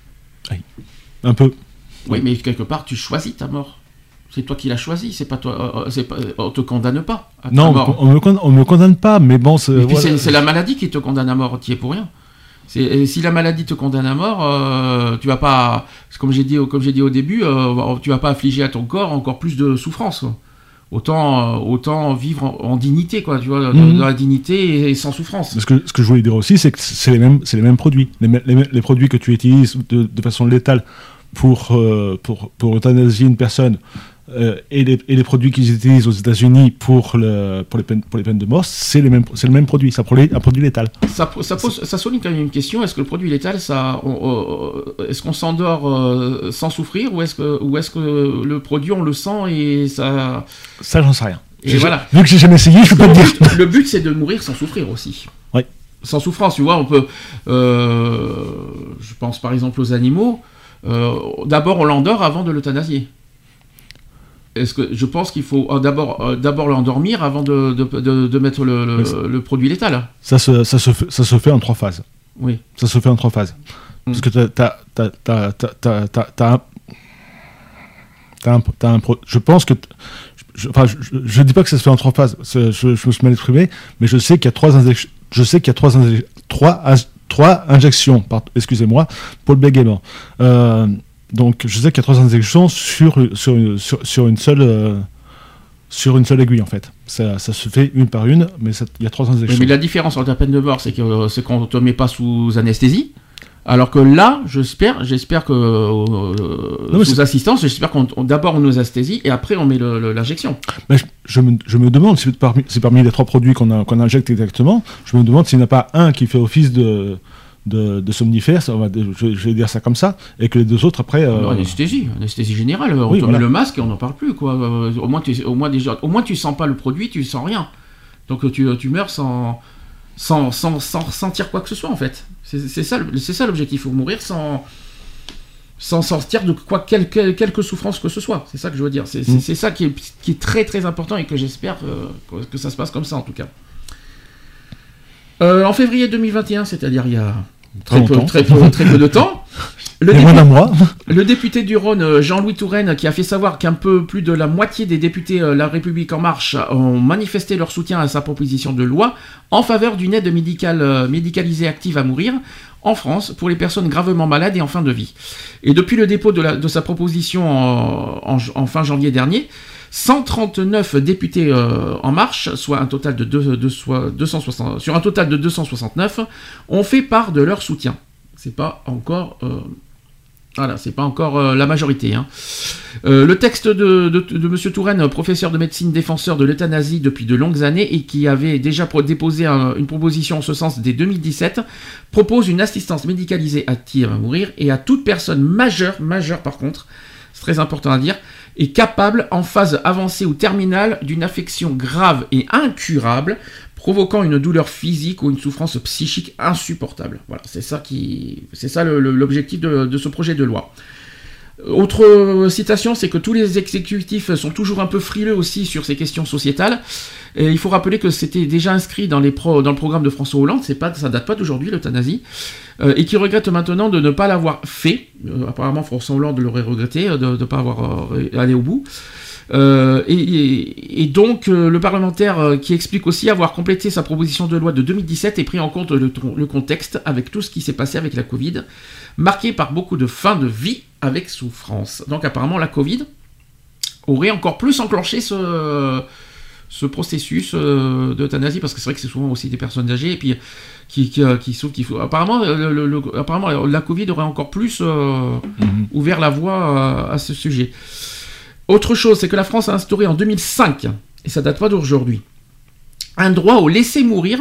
Un peu. Oui, mais quelque part tu choisis ta mort. C'est toi qui l'as choisi, c'est pas toi. euh, c'est pas, on te condamne pas à ta Non, mort. on me, con- on me condamne pas, mais bon, c'est, Et puis voilà. c'est, c'est la maladie qui te condamne à mort, tu y es pour rien. C'est, et si la maladie te condamne à mort, euh, tu vas pas, comme j'ai dit, au- comme j'ai dit au début, euh, tu vas pas affliger à ton corps encore plus de souffrance. Quoi. Autant, euh, autant vivre en, en dignité, quoi, tu vois, dans, Mhm. dans la dignité et sans souffrance. Mais Ce que, ce que je voulais dire aussi, c'est que c'est les mêmes, c'est les mêmes produits. Les, mê- les, mê- les produits que tu utilises de, de façon létale pour, euh, pour, pour euthanasier une personne euh, et, les, et les produits qu'ils utilisent aux États-Unis pour, le, pour, les peines, pour les peines de mort, c'est, les mêmes, c'est le même produit. C'est un produit, un produit létal. Ça, ça, pose, ça souligne quand même une question, est-ce que le produit létal, ça, on- euh, est-ce qu'on s'endort euh, sans souffrir ou est-ce, que, ou est-ce que le produit, on le sent et ça... Ça, j'en sais rien. Et J'ai- voilà. Vu que j'ai jamais essayé, je peux pas Le te dire. but, le but, c'est de mourir sans souffrir aussi. Oui. Sans souffrance, tu vois, on peut... euh, je pense par exemple aux animaux. euh, d'abord, on l'endort avant de l'euthanasier. Est-ce que je pense qu'il faut euh, d'abord, euh, d'abord l'endormir avant de, de, de, de mettre le, le, Oui, c'est- le produit létal. Ça se, ça, se fait, ça se fait en trois phases. Oui. Ça se fait en trois phases. Mm. Parce que t'as, t'as, t'as, t'as, t'as, t'as, t'as, t'as un... T'as un, t'as un pro- je pense que... t- Je, enfin, je, je, je dis pas que ça se fait en trois phases. C'est- Je, je me suis mal exprimé, mais je sais qu'il y a trois injections... Je sais qu'il y a trois, injec- trois, in- trois injections, par- excusez-moi, pour le bégaiement. Euh, donc, je sais qu'il y a trois injections sur, sur, une- sur, sur une seule... euh, sur une seule aiguille, en fait. Ça, ça se fait une par une, mais ça- il y a trois Oui, injections. mais la différence entre la peine de mort, c'est, que, euh, c'est qu'on ne te met pas sous anesthésie. Alors que là, j'espère, j'espère que euh, Non, mais sous c'est- assistance, j'espère qu'on on- d'abord on nous anesthésie et après on met le- le- l'injection. Mais je, je me, je me demande si parmi, si parmi les trois produits qu'on, a, qu'on injecte exactement, je me demande s'il n'y en a pas un qui fait office de, de, de somnifère, ça, on va, je, je vais dire ça comme ça, et que les deux autres après... euh, Alors, anesthésie, anesthésie générale. On Oui, te voilà. met le masque et on n'en parle plus, quoi. Euh, au moins, tu, au moins déjà, au moins tu sens pas le produit, tu sens rien. Donc tu, tu meurs sans, sans, sans, sans ressentir quoi que ce soit en fait. C'est, c'est ça, le- c'est ça l'objectif. Il faut mourir sans, sans sortir de quoi quel- quel- quelque souffrance que ce soit. C'est ça que je veux dire. C'est, c'est, Mm. c'est ça qui est, qui est très très important et que j'espère euh, que, que ça se passe comme ça en tout cas. Euh, en février deux mille vingt et un, c'est-à-dire il y a Très très peu, longtemps. très peu, très peu de temps. Le et moins d'un mois. le député du Rhône, euh, Jean-Louis Touraine, qui a fait savoir qu'un peu plus de la moitié des députés euh, La République En Marche ont manifesté leur soutien à sa proposition de loi en faveur d'une aide médicale, euh, médicalisée active à mourir en France pour les personnes gravement malades et en fin de vie. Et depuis le dépôt de, la- de sa proposition en, en- en fin janvier dernier, cent trente-neuf députés euh, En Marche, soit un total de deux- deux- soit deux cent soixante, sur un total de deux cent soixante-neuf, ont fait part de leur soutien. C'est pas encore... euh, Voilà, c'est pas encore euh, la majorité. Hein. Euh, le texte de, de, de M. Touraine, professeur de médecine défenseur de l'euthanasie depuis de longues années et qui avait déjà pro- déposé un- une proposition en ce sens dès deux mille dix-sept, propose une assistance médicalisée active à mourir et à toute personne majeure, majeure par contre, c'est très important à dire, est capable en phase avancée ou terminale d'une affection grave et incurable provoquant une douleur physique ou une souffrance psychique insupportable. Voilà, c'est ça qui, c'est ça le- le- l'objectif de, de ce projet de loi. Autre citation, c'est que tous les exécutifs sont toujours un peu frileux aussi sur ces questions sociétales. Et il faut rappeler que c'était déjà inscrit dans, les pro, dans le programme de François Hollande, c'est pas, ça date pas d'aujourd'hui l'euthanasie, euh, et qui regrette maintenant de ne pas l'avoir fait. Euh, apparemment François Hollande l'aurait regretté euh, de ne pas avoir euh, allé au bout. Euh, et, et- et donc euh, le parlementaire euh, qui explique aussi avoir complété sa proposition de loi de deux mille dix-sept et pris en compte le, le contexte avec tout ce qui s'est passé avec la Covid, marqué par beaucoup de fins de vie avec souffrance. Donc apparemment la Covid aurait encore plus enclenché ce, ce processus euh, d'euthanasie, parce que c'est vrai que c'est souvent aussi des personnes âgées et puis qui, qui, euh, qui souffrent. Qui, apparemment, le, le- le- apparemment la Covid aurait encore plus euh, Mhm. ouvert la voie à, à ce sujet. Autre chose, c'est que la France a instauré en deux mille cinq, et ça date pas d'aujourd'hui, un droit au laisser mourir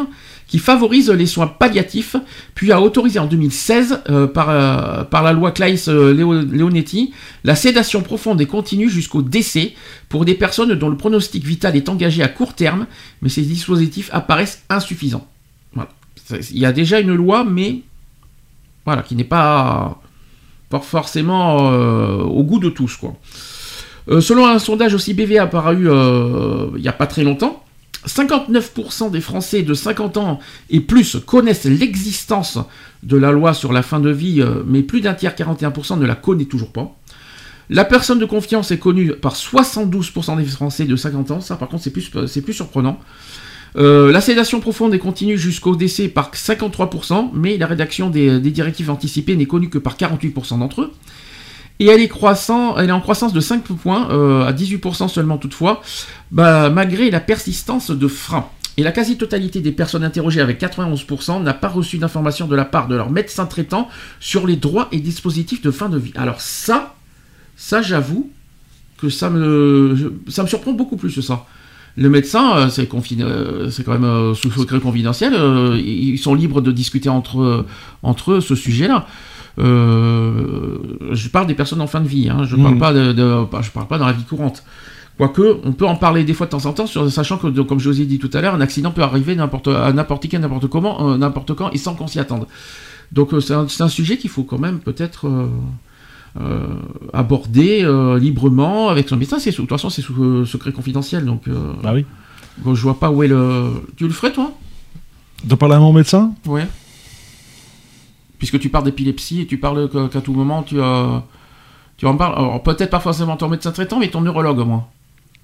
qui favorise les soins palliatifs, puis a autorisé en deux mille seize, euh, par, euh, par la loi Claes-Leonetti, la sédation profonde et continue jusqu'au décès pour des personnes dont le pronostic vital est engagé à court terme, mais ces dispositifs apparaissent insuffisants. Voilà. Il y a déjà une loi, mais voilà, qui n'est pas, pas forcément euh, au goût de tous, quoi. Euh, selon un sondage aussi B V A apparu euh, il n'y a pas très longtemps, cinquante-neuf pour cent des Français de cinquante ans et plus connaissent l'existence de la loi sur la fin de vie, euh, mais plus d'un tiers, quarante et un pour cent, ne la connaît toujours pas. La personne de confiance est connue par soixante-douze pour cent des Français de cinquante ans, ça par contre c'est plus, c'est plus surprenant. Euh, la sédation profonde est continue jusqu'au décès par cinquante-trois pour cent, mais la rédaction des, des directives anticipées n'est connue que par quarante-huit pour cent d'entre eux. Et elle est, croissant, elle est en croissance de cinq points, euh, à dix-huit pour cent seulement toutefois, bah, malgré la persistance de freins. Et la quasi-totalité des personnes interrogées, avec quatre-vingt-onze pour cent, n'a pas reçu d'informations de la part de leur médecin traitant sur les droits et dispositifs de fin de vie. Alors ça, ça j'avoue que ça me, ça me surprend beaucoup plus que ça. Le médecin, euh, c'est, confi- euh, c'est quand même euh, sous secret confidentiel, euh, ils sont libres de discuter entre, euh, entre eux ce sujet-là. Euh, je parle des personnes en fin de vie, hein, je parle mmh. pas de, de, je parle pas dans la vie courante. Quoique, on peut en parler des fois de temps en temps, sur, sachant que, de, comme je vous ai dit tout à l'heure, un accident peut arriver n'importe, à n'importe qui, n'importe comment, euh, n'importe quand, et sans qu'on s'y attende. Donc euh, c'est, un, c'est un sujet qu'il faut quand même peut-être euh, euh, aborder euh, librement avec son médecin. C'est sous, de toute façon, c'est sous euh, secret confidentiel, donc. Euh, bah oui. Donc, je vois pas où est le. Tu le ferais, toi ? De parler à mon médecin ? Ouais. Puisque tu parles d'épilepsie et tu parles qu'à tout moment tu, euh, tu en parles. Alors peut-être pas forcément ton médecin traitant, mais ton neurologue au moins.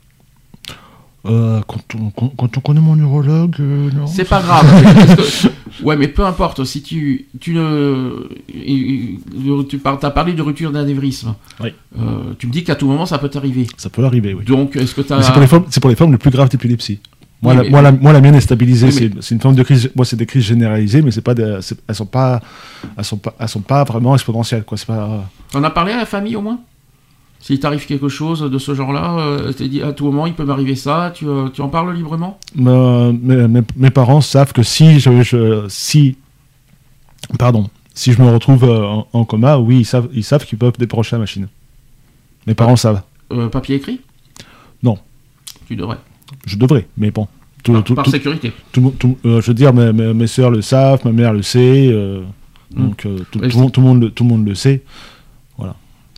Euh, quand, on, quand, quand on connaît mon neurologue, euh, non. C'est pas grave. que, ouais, mais peu importe. Si tu tu ne tu as parlé de rupture d'anévrisme. Oui. Euh, tu me dis qu'à tout moment ça peut t'arriver. Ça peut arriver, oui. Donc est-ce que t'as... C'est pour les formes, c'est pour les formes les plus graves d'épilepsie. Moi, oui, la, mais, moi, la, moi, la mienne est stabilisée. C'est, c'est une forme de crise. Moi, c'est des crises généralisées, mais c'est pas des, c'est, elles sont pas, elles sont pas, elles sont pas vraiment exponentielles, quoi. C'est pas. On a parlé à la famille au moins. S'il t'arrive quelque chose de ce genre-là, euh, t'es dit à tout moment il peut m'arriver ça. Tu, euh, tu en parles librement. Me, mes, mes, mes parents savent que si je, je, si, pardon, si je me retrouve en, en coma, oui, ils savent, ils savent qu'ils peuvent décrocher la machine. Mes parents ah. savent. Euh, papier écrit. Non. Tu devrais. Je devrais, mais bon. Tout, par tout, par tout, sécurité. Tout, tout, euh, je veux dire, mes, mes, mes soeurs le savent, ma mère le sait, euh, mmh. donc euh, tout, tout, tout, tout, le monde le, tout le monde le sait. Voilà.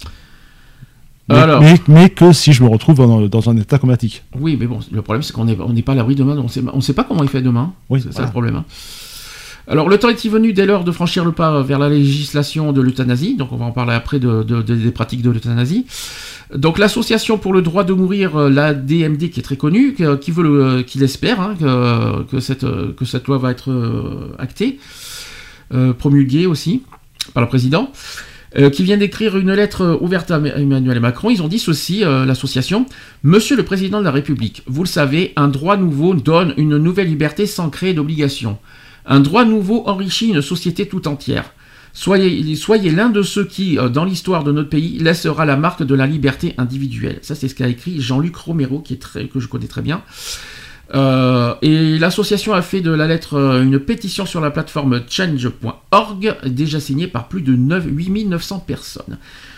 Mais, Alors, mais, mais que si je me retrouve dans, dans un état comatique. Oui, mais bon, le problème c'est qu'on n'est on n'est pas à l'abri demain, on sait, on sait pas comment il fait demain. Oui, c'est voilà. ça le problème. Hein. Alors, le temps est-il venu dès lors de franchir le pas vers la législation de l'euthanasie. Donc, on va en parler après de, de, de, des pratiques de l'euthanasie. Donc, l'association pour le droit de mourir, l'A D M D, qui est très connue, qui veut, le, qui l'espère, hein, que, que cette que cette loi va être euh, actée, euh, promulguée aussi par le président, euh, qui vient d'écrire une lettre ouverte à Emmanuel Macron. Ils ont dit ceci, euh, l'association: Monsieur le Président de la République, vous le savez, un droit nouveau donne une nouvelle liberté sans créer d'obligation. Un droit nouveau enrichit une société tout entière. Soyez, soyez l'un de ceux qui, dans l'histoire de notre pays, laissera la marque de la liberté individuelle. Ça, c'est ce qu'a écrit Jean-Luc Romero, qui est très, que je connais très bien. Euh, et l'association a fait de la lettre une pétition sur la plateforme change point org, déjà signée par plus de huit mille neuf cents personnes.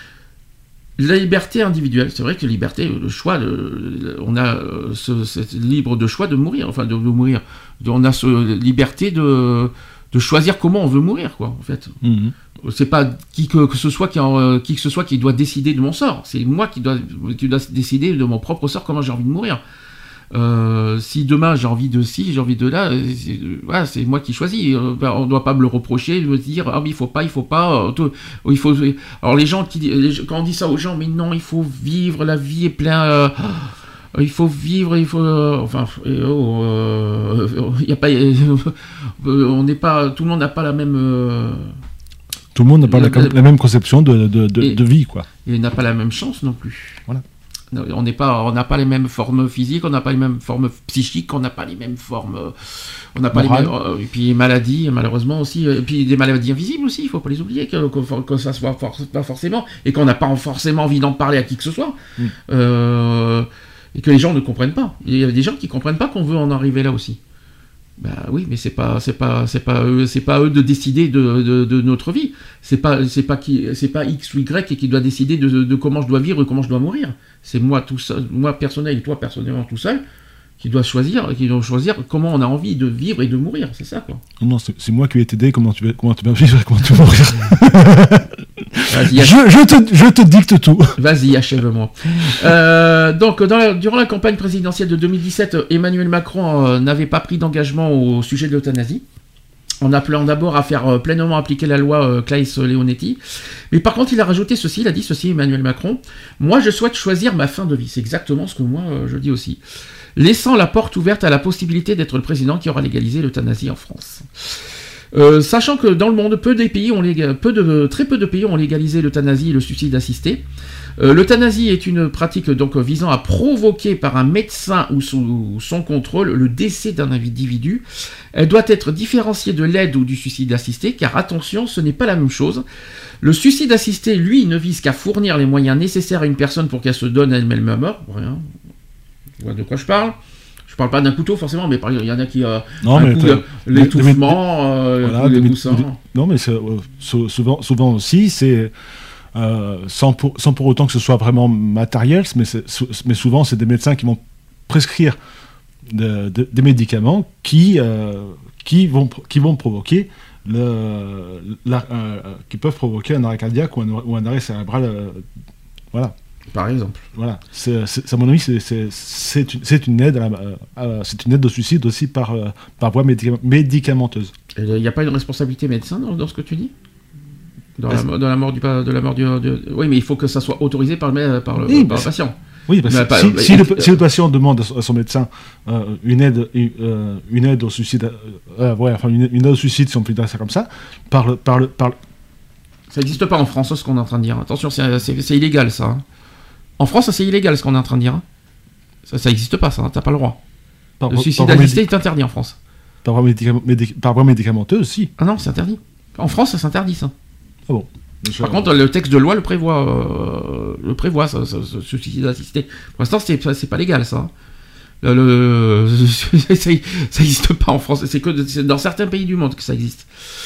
La liberté individuelle, c'est vrai que la liberté, le choix, de, on a ce, ce libre de choix de mourir, enfin de, de mourir. On a ce liberté de, de choisir comment on veut mourir, quoi, en fait. Mmh. C'est pas qui que, que ce soit qui, en, qui que ce soit qui doit décider de mon sort. C'est moi qui dois, qui dois décider de mon propre sort, comment j'ai envie de mourir. Euh, si demain j'ai envie de ci, j'ai envie de là, c'est, voilà, c'est moi qui choisis. On ne doit pas me le reprocher, me dire ah oui il faut pas, il faut pas. Tout, il faut. Alors les gens qui, les, quand on dit ça aux gens, mais non, il faut vivre, la vie est plein. Euh, il faut vivre, il faut. Euh, enfin, oh, euh, il y a pas. Euh, on n'est pas. Tout le monde n'a pas la même. Euh, tout le monde n'a pas la, la, la même conception de, de, de, et, de vie, quoi. Et n'a pas la même chance non plus. Voilà. On n'est pas, on n'a pas les mêmes formes physiques, on n'a pas les mêmes formes psychiques, on n'a pas les mêmes formes, on n'a pas Moral. les mêmes, euh, et puis maladies malheureusement aussi, et puis des maladies invisibles aussi, il faut pas les oublier que, que, que ça soit for- pas forcément, et qu'on n'a pas forcément envie d'en parler à qui que ce soit, mm. euh, et que les gens ne comprennent pas. Il y a des gens qui comprennent pas qu'on veut en arriver là aussi. Bah oui, mais c'est pas, c'est pas, c'est pas eux, c'est pas eux de décider de, de, de notre vie. C'est pas, c'est pas qui, c'est pas X ou Y qui doit décider de, de, de comment je dois vivre et comment je dois mourir. C'est moi tout seul, moi personnel et toi personnellement tout seul, qui doit choisir, qui doit choisir comment on a envie de vivre et de mourir. C'est ça quoi. Non, c'est, c'est moi qui vais t'aider. Comment tu vas, comment tu vas vivre et comment tu vas mourir. Vas-y, je, je te, je te dicte tout. Vas-y, achève-moi. Euh, donc, dans la, durant la campagne présidentielle de deux mille dix-sept, Emmanuel Macron euh, n'avait pas pris d'engagement au sujet de l'euthanasie, en appelant d'abord à faire euh, pleinement appliquer la loi euh, Claes-Leonetti. Mais par contre, il a rajouté ceci, il a dit ceci, Emmanuel Macron, « Moi, je souhaite choisir ma fin de vie. » C'est exactement ce que moi, euh, je dis aussi. Laissant la porte ouverte à la possibilité d'être le président qui aura légalisé l'euthanasie en France. Euh, sachant que dans le monde, peu des pays ont léga... peu de... très peu de pays ont légalisé l'euthanasie et le suicide assisté. Euh, l'euthanasie est une pratique donc visant à provoquer par un médecin ou sous son contrôle le décès d'un individu. Elle doit être différenciée de l'aide ou du suicide assisté, car attention, ce n'est pas la même chose. Le suicide assisté, lui, ne vise qu'à fournir les moyens nécessaires à une personne pour qu'elle se donne elle-même la mort. Rien. Tu vois de quoi je parle ? Je parle pas d'un couteau forcément, mais par exemple, il y en a qui euh, non, un mais coup, euh, l'étouffement, euh, voilà, coup de des, coussin. des, non, mais c'est, euh, souvent, souvent aussi, c'est euh, sans, pour, sans pour autant que ce soit vraiment matériel, mais, c'est, mais souvent c'est des médecins qui vont prescrire de, de, des médicaments qui, euh, qui, vont, qui vont provoquer le, la, euh, qui peuvent provoquer un arrêt cardiaque ou un, ou un arrêt cérébral, euh, voilà. Par exemple. Voilà, c'est, c'est, à mon avis, c'est, c'est, c'est, une, c'est, une aide à la, à, c'est une aide au suicide aussi par, euh, par voie médica- médicamenteuse. Il n'y a pas une responsabilité médecin dans, dans ce que tu dis dans la, dans la mort du... De la mort du de, oui, mais il faut que ça soit autorisé par le, par le, oui, par le patient. Oui, parce que pas, si, bah, si, euh, le, si le patient demande à son médecin euh, une, aide, euh, une aide au suicide, euh, ouais, enfin une, une aide au suicide, si on peut dire ça comme ça, par le... Par le, par le... Ça n'existe pas en France, ce qu'on est en train de dire. Attention, c'est, c'est, c'est illégal, ça. Hein. En France, c'est illégal ce qu'on est en train de dire. Hein. Ça, ça n'existe pas, ça. Hein. T'as pas le droit. Par, le suicide assisté médic... est interdit en France. Par voie, médicam... médic... par voie médicamenteuse, si. Ah non, c'est interdit. En France, ça s'interdit, ça. Ah bon. Par je... contre, le texte de loi le prévoit. Euh, le prévoit, ça, ça, ce suicide assisté. Pour l'instant, c'est, c'est pas légal, ça. Le, le... ça n'existe pas en France. C'est que c'est dans certains pays du monde que ça existe.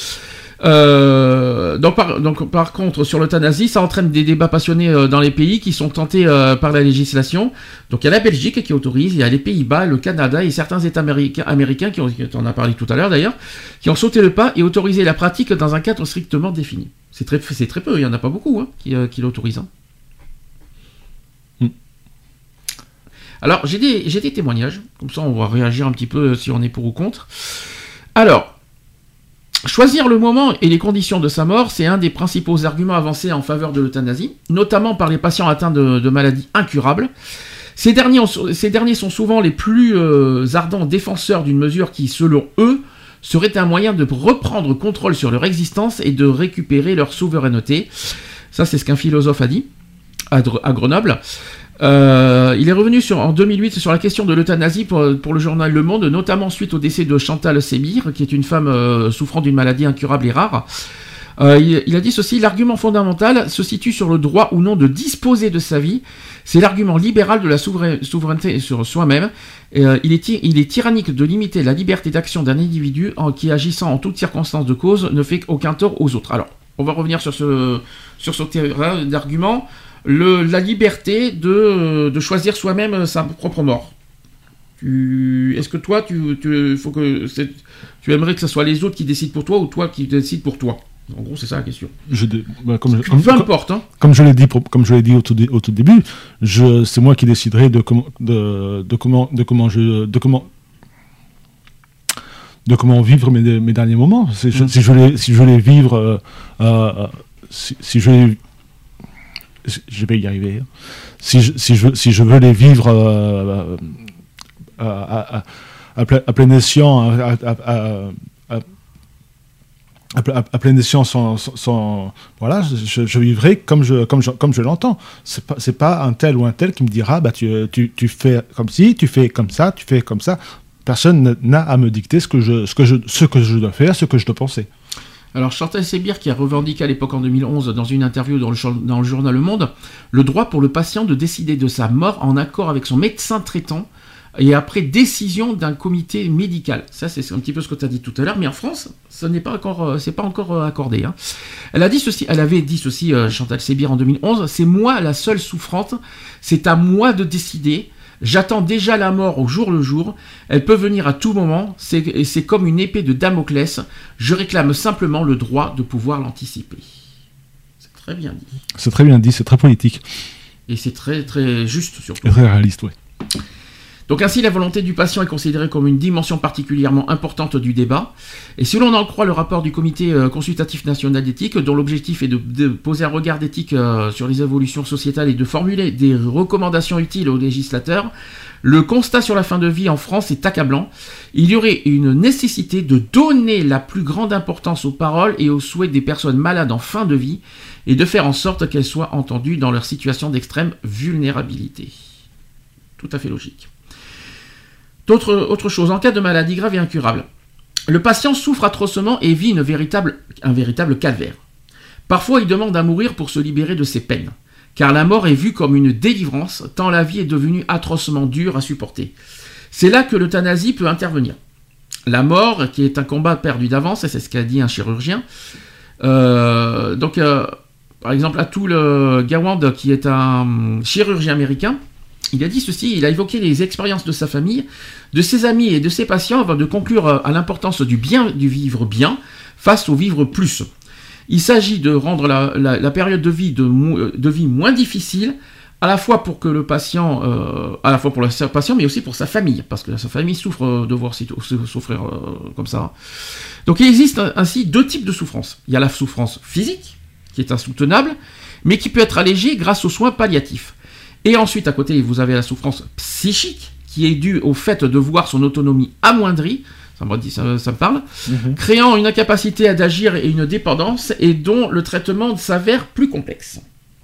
Euh, donc, par, donc par contre sur l'euthanasie, ça entraîne des débats passionnés euh, dans les pays qui sont tentés euh, par la législation. Donc il y a la Belgique qui autorise, il y a les Pays-Bas, le Canada et certains États américains, américains qui ont, on en a parlé tout à l'heure d'ailleurs, qui ont sauté le pas et autorisé la pratique dans un cadre strictement défini. C'est très, c'est très peu, il n'y en a pas beaucoup hein, qui, euh, qui l'autorisent. Hein. Mm. Alors j'ai des, j'ai des témoignages, comme ça on va réagir un petit peu si on est pour ou contre. Alors, choisir le moment et les conditions de sa mort, c'est un des principaux arguments avancés en faveur de l'euthanasie, notamment par les patients atteints de, de maladies incurables. Ces derniers, ont, ces derniers sont souvent les plus euh, ardents défenseurs d'une mesure qui, selon eux, serait un moyen de reprendre contrôle sur leur existence et de récupérer leur souveraineté. Ça, c'est ce qu'un philosophe a dit à, à Grenoble. Euh, il est revenu sur, en deux mille huit sur la question de l'euthanasie pour, pour le journal Le Monde, notamment suite au décès de Chantal Sébir, qui est une femme euh, souffrant d'une maladie incurable et rare. Euh, il, il a dit ceci: l'argument fondamental se situe sur le droit ou non de disposer de sa vie. C'est l'argument libéral de la souverain, souveraineté sur soi-même. Et, euh, il, est, il est tyrannique de limiter la liberté d'action d'un individu en, qui, agissant en toutes circonstances de cause, ne fait aucun tort aux autres. Alors, on va revenir sur ce, sur ce terrain d'argument. Le, la liberté de, de choisir soi-même sa propre mort. Tu, est-ce que toi, tu, tu, faut que tu aimerais que ce soit les autres qui décident pour toi ou toi qui décides pour toi? En gros, c'est ça la question. Je, bah, comme je, Peu importe. Hein. Comme je l'ai dit, comme je l'ai dit au tout, au tout début, je, c'est moi qui déciderai de, com- de, de comment, de comment je, de comment, de comment vivre mes, mes derniers moments. Si, mmh. si je voulais, si je voulais vivre, euh, euh, si, si je voulais je vais y arriver. Si je, si je, si je veux les vivre euh, à, à, à, à, plein, à plein escient, à, à, à, à, à, à plein escient sans, sans, sans voilà, je, je vivrai comme je, comme je, comme je l'entends. C'est pas, c'est pas un tel ou un tel qui me dira, bah tu, tu, tu fais comme ci, tu fais comme ça, tu fais comme ça. Personne n'a à me dicter ce que je, ce que je, ce que je dois faire, ce que je dois penser. Alors Chantal Sébir, qui a revendiqué à l'époque en deux mille onze, dans une interview dans le, dans le journal Le Monde, le droit pour le patient de décider de sa mort en accord avec son médecin traitant, et après décision d'un comité médical. Ça, c'est un petit peu ce que tu as dit tout à l'heure, mais en France, ce n'est pas encore, c'est pas encore accordé. Hein. Elle a dit ceci, elle avait dit ceci, euh, Chantal Sébir en deux mille onze, c'est moi la seule souffrante, c'est à moi de décider. J'attends déjà la mort au jour le jour. Elle peut venir à tout moment. C'est, c'est comme une épée de Damoclès. Je réclame simplement le droit de pouvoir l'anticiper. C'est très bien dit. C'est très bien dit, c'est très politique. Et c'est très très juste surtout. Et très réaliste, oui. Donc ainsi, la volonté du patient est considérée comme une dimension particulièrement importante du débat. Et si l'on en croit le rapport du Comité consultatif national d'éthique, dont l'objectif est de, de poser un regard d'éthique euh, sur les évolutions sociétales et de formuler des recommandations utiles aux législateurs, le constat sur la fin de vie en France est accablant. Il y aurait une nécessité de donner la plus grande importance aux paroles et aux souhaits des personnes malades en fin de vie et de faire en sorte qu'elles soient entendues dans leur situation d'extrême vulnérabilité. Tout à fait logique. D'autres, autre chose, en cas de maladie grave et incurable, le patient souffre atrocement et vit une véritable, un véritable calvaire. Parfois, il demande à mourir pour se libérer de ses peines, car la mort est vue comme une délivrance, tant la vie est devenue atrocement dure à supporter. C'est là que l'euthanasie peut intervenir. La mort, qui est un combat perdu d'avance, c'est ce qu'a dit un chirurgien. Euh, donc, euh, par exemple, Atul Gawande, qui est un chirurgien américain, il a dit ceci, il a évoqué les expériences de sa famille, de ses amis et de ses patients avant de conclure à l'importance du bien, du vivre bien face au vivre plus. Il s'agit de rendre la, la, la période de vie, de, de vie moins difficile, à la fois pour que le patient, euh, à la fois pour le patient, mais aussi pour sa famille, parce que sa famille souffre de voir souffrir euh, comme ça. Donc il existe ainsi deux types de souffrance. Il y a la souffrance physique, qui est insoutenable, mais qui peut être allégée grâce aux soins palliatifs. Et ensuite, à côté, vous avez la souffrance psychique, qui est due au fait de voir son autonomie amoindrie, ça me, dit, ça, ça me parle, mm-hmm. créant une incapacité d'agir et une dépendance, et dont le traitement s'avère plus complexe.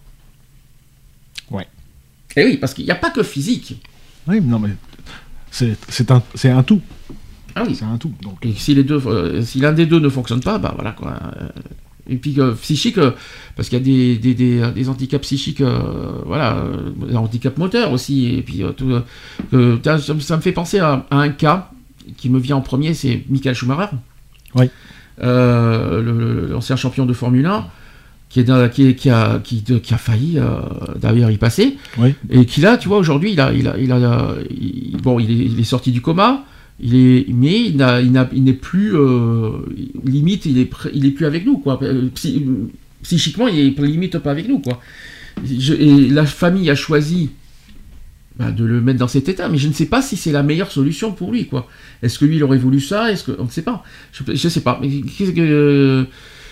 Ouais. Et oui, parce qu'il n'y a pas que physique. Oui, non, mais c'est, c'est, un, c'est un tout. Ah oui. C'est un tout. Donc. Et si, les deux, euh, si l'un des deux ne fonctionne pas, bah voilà quoi. Euh, Et puis euh, psychique, euh, parce qu'il y a des, des, des, des handicaps psychiques, euh, voilà, euh, des handicaps moteurs aussi. Et puis euh, tout, euh, ça, ça me fait penser à, à un cas qui me vient en premier, c'est Michael Schumacher, oui. euh, le, l'ancien champion de Formule un, qui, est dans, qui, est, qui, a, qui, de, qui a failli euh, d'ailleurs y passer, oui. Et qui là, tu vois, aujourd'hui, il a, il a, il a, il, bon, il est, il est sorti du coma. Il est, mais il, n'a, il, n'a, il n'est plus euh, limite, il est, il est plus avec nous quoi. Psy, psychiquement, il est limite pas avec nous quoi. Je, et la famille a choisi bah, de le mettre dans cet état, mais je ne sais pas si c'est la meilleure solution pour lui quoi. Est-ce que lui il aurait voulu ça? Est-ce que on ne sait pas. Je, je sais pas. Mais qu'est-ce que euh,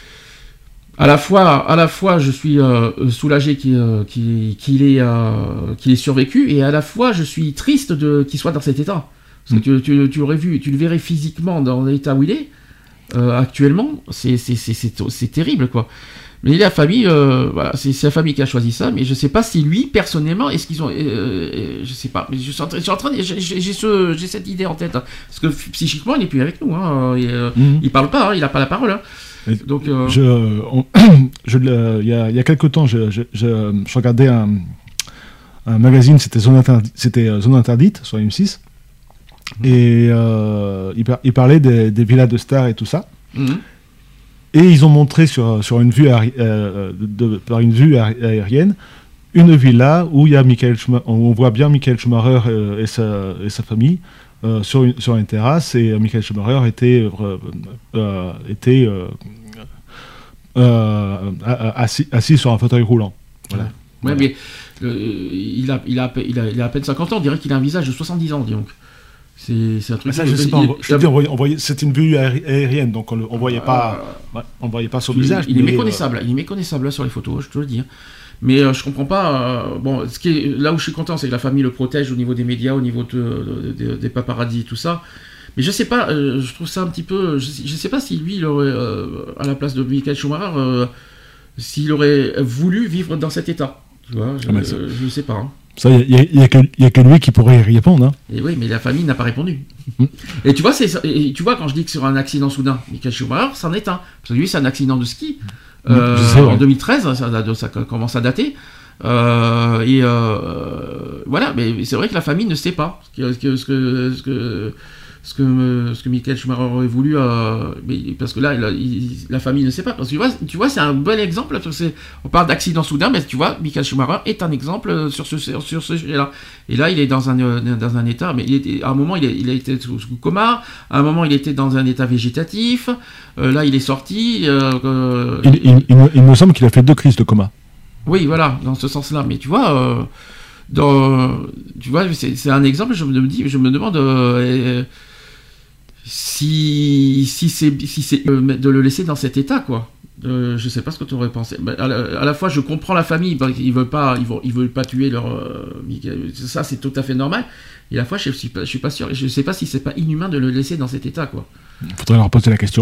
à la fois, à la fois, je suis euh, soulagé qu'il, euh, qu'il, qu'il ait, euh, qu'il ait survécu, et à la fois, je suis triste de qu'il soit dans cet état. Parce que tu, tu, tu, aurais vu, tu le verrais physiquement dans l'état où il est, euh, actuellement, c'est, c'est, c'est, c'est, c'est terrible, quoi. Mais la famille, euh, voilà, c'est, c'est la famille qui a choisi ça, mais je sais pas si lui, personnellement, est-ce qu'ils ont... Euh, euh, je sais pas, mais je suis en train, je suis en train de, j'ai, j'ai, ce, j'ai cette idée en tête, hein, parce que psychiquement, il n'est plus avec nous, hein, et, euh, mm-hmm. il parle pas, hein, il n'a pas la parole, hein. Donc, euh... je, on, je, il y a, il y a quelque temps, je, je, je, je regardais un, un magazine, c'était Zone Interdite, c'était Zone Interdite sur M six. Et euh, il, par, il parlait des, des villas de stars et tout ça. Mmh. Et ils ont montré sur, sur une vue aéri- euh, de, de, par une vue aérienne une villa où il y a Michael Schumacher, on voit bien Michael Schumacher euh, et, sa, et sa famille euh, sur, une, sur une terrasse, et euh, Michael Schumacher était, euh, euh, était euh, euh, assis, assis sur un fauteuil roulant. Voilà. Ouais, voilà. Mais euh, il, a, il, a, il, a, il a à peine cinquante ans, on dirait qu'il a un visage de soixante-dix ans, dis donc. C'est, c'est un truc. Ça, je sais pas. On, je te dis, on voyait, on voyait, c'est une vue aérienne, donc on ne voyait pas, euh, on voyait pas son il, visage. Il est méconnaissable. Euh... Il est méconnaissable sur les photos, je te le dis. Mais euh, je comprends pas. Euh, bon, ce qui est, là où je suis content, c'est que la famille le protège au niveau des médias, au niveau de, de, de, des paparazzis et tout ça. Mais je sais pas. Euh, je trouve ça un petit peu. Je, je sais pas si lui, il aurait, euh, à la place de Michael Schumacher, euh, s'il aurait voulu vivre dans cet état. Tu vois, je, ah, euh, je sais pas. Hein. Ça, il n'y a, y a, y a que lui qui pourrait y répondre. Hein. Et oui, mais la famille n'a pas répondu. Mmh. Et, tu vois, c'est, et tu vois, quand je dis que sur un accident soudain, Michael Schumacher, c'en est un. Parce que lui, c'est un accident de ski. Euh, mmh, en deux mille treize, ça, ça commence à dater. Euh, et euh, voilà, mais c'est vrai que la famille ne sait pas ce que, ce que, ce que, ce que ce que, ce que Michael Schumacher aurait voulu, euh, mais, parce que là, il, il, la famille ne sait pas. Parce que tu vois, tu vois c'est un bon exemple. Parce que c'est, on parle d'accident soudain, mais tu vois, Michael Schumacher est un exemple sur ce, sur ce sujet-là. Et là, il est dans un, dans un état, mais il était, à un moment, il a, il a été sous, sous coma, à un moment, il était dans un état végétatif, euh, là, il est sorti. Euh, il, il, il, me, il me semble qu'il a fait deux crises de coma. Oui, voilà, dans ce sens-là. Mais tu vois, euh, dans, tu vois c'est, c'est un exemple, je me, dis, je me demande. Euh, Si, si c'est, si c'est euh, de le laisser dans cet état, quoi. Euh, je sais pas ce que tu aurais pensé. Bah, à, la, à la fois, je comprends la famille, bah, ils veulent pas, ils veulent, ils veulent pas tuer leur. Euh, ça, c'est tout à fait normal. Et à la fois, je suis pas, je suis pas sûr. Je sais pas si c'est pas inhumain de le laisser dans cet état, quoi. Il faudrait leur poser la question.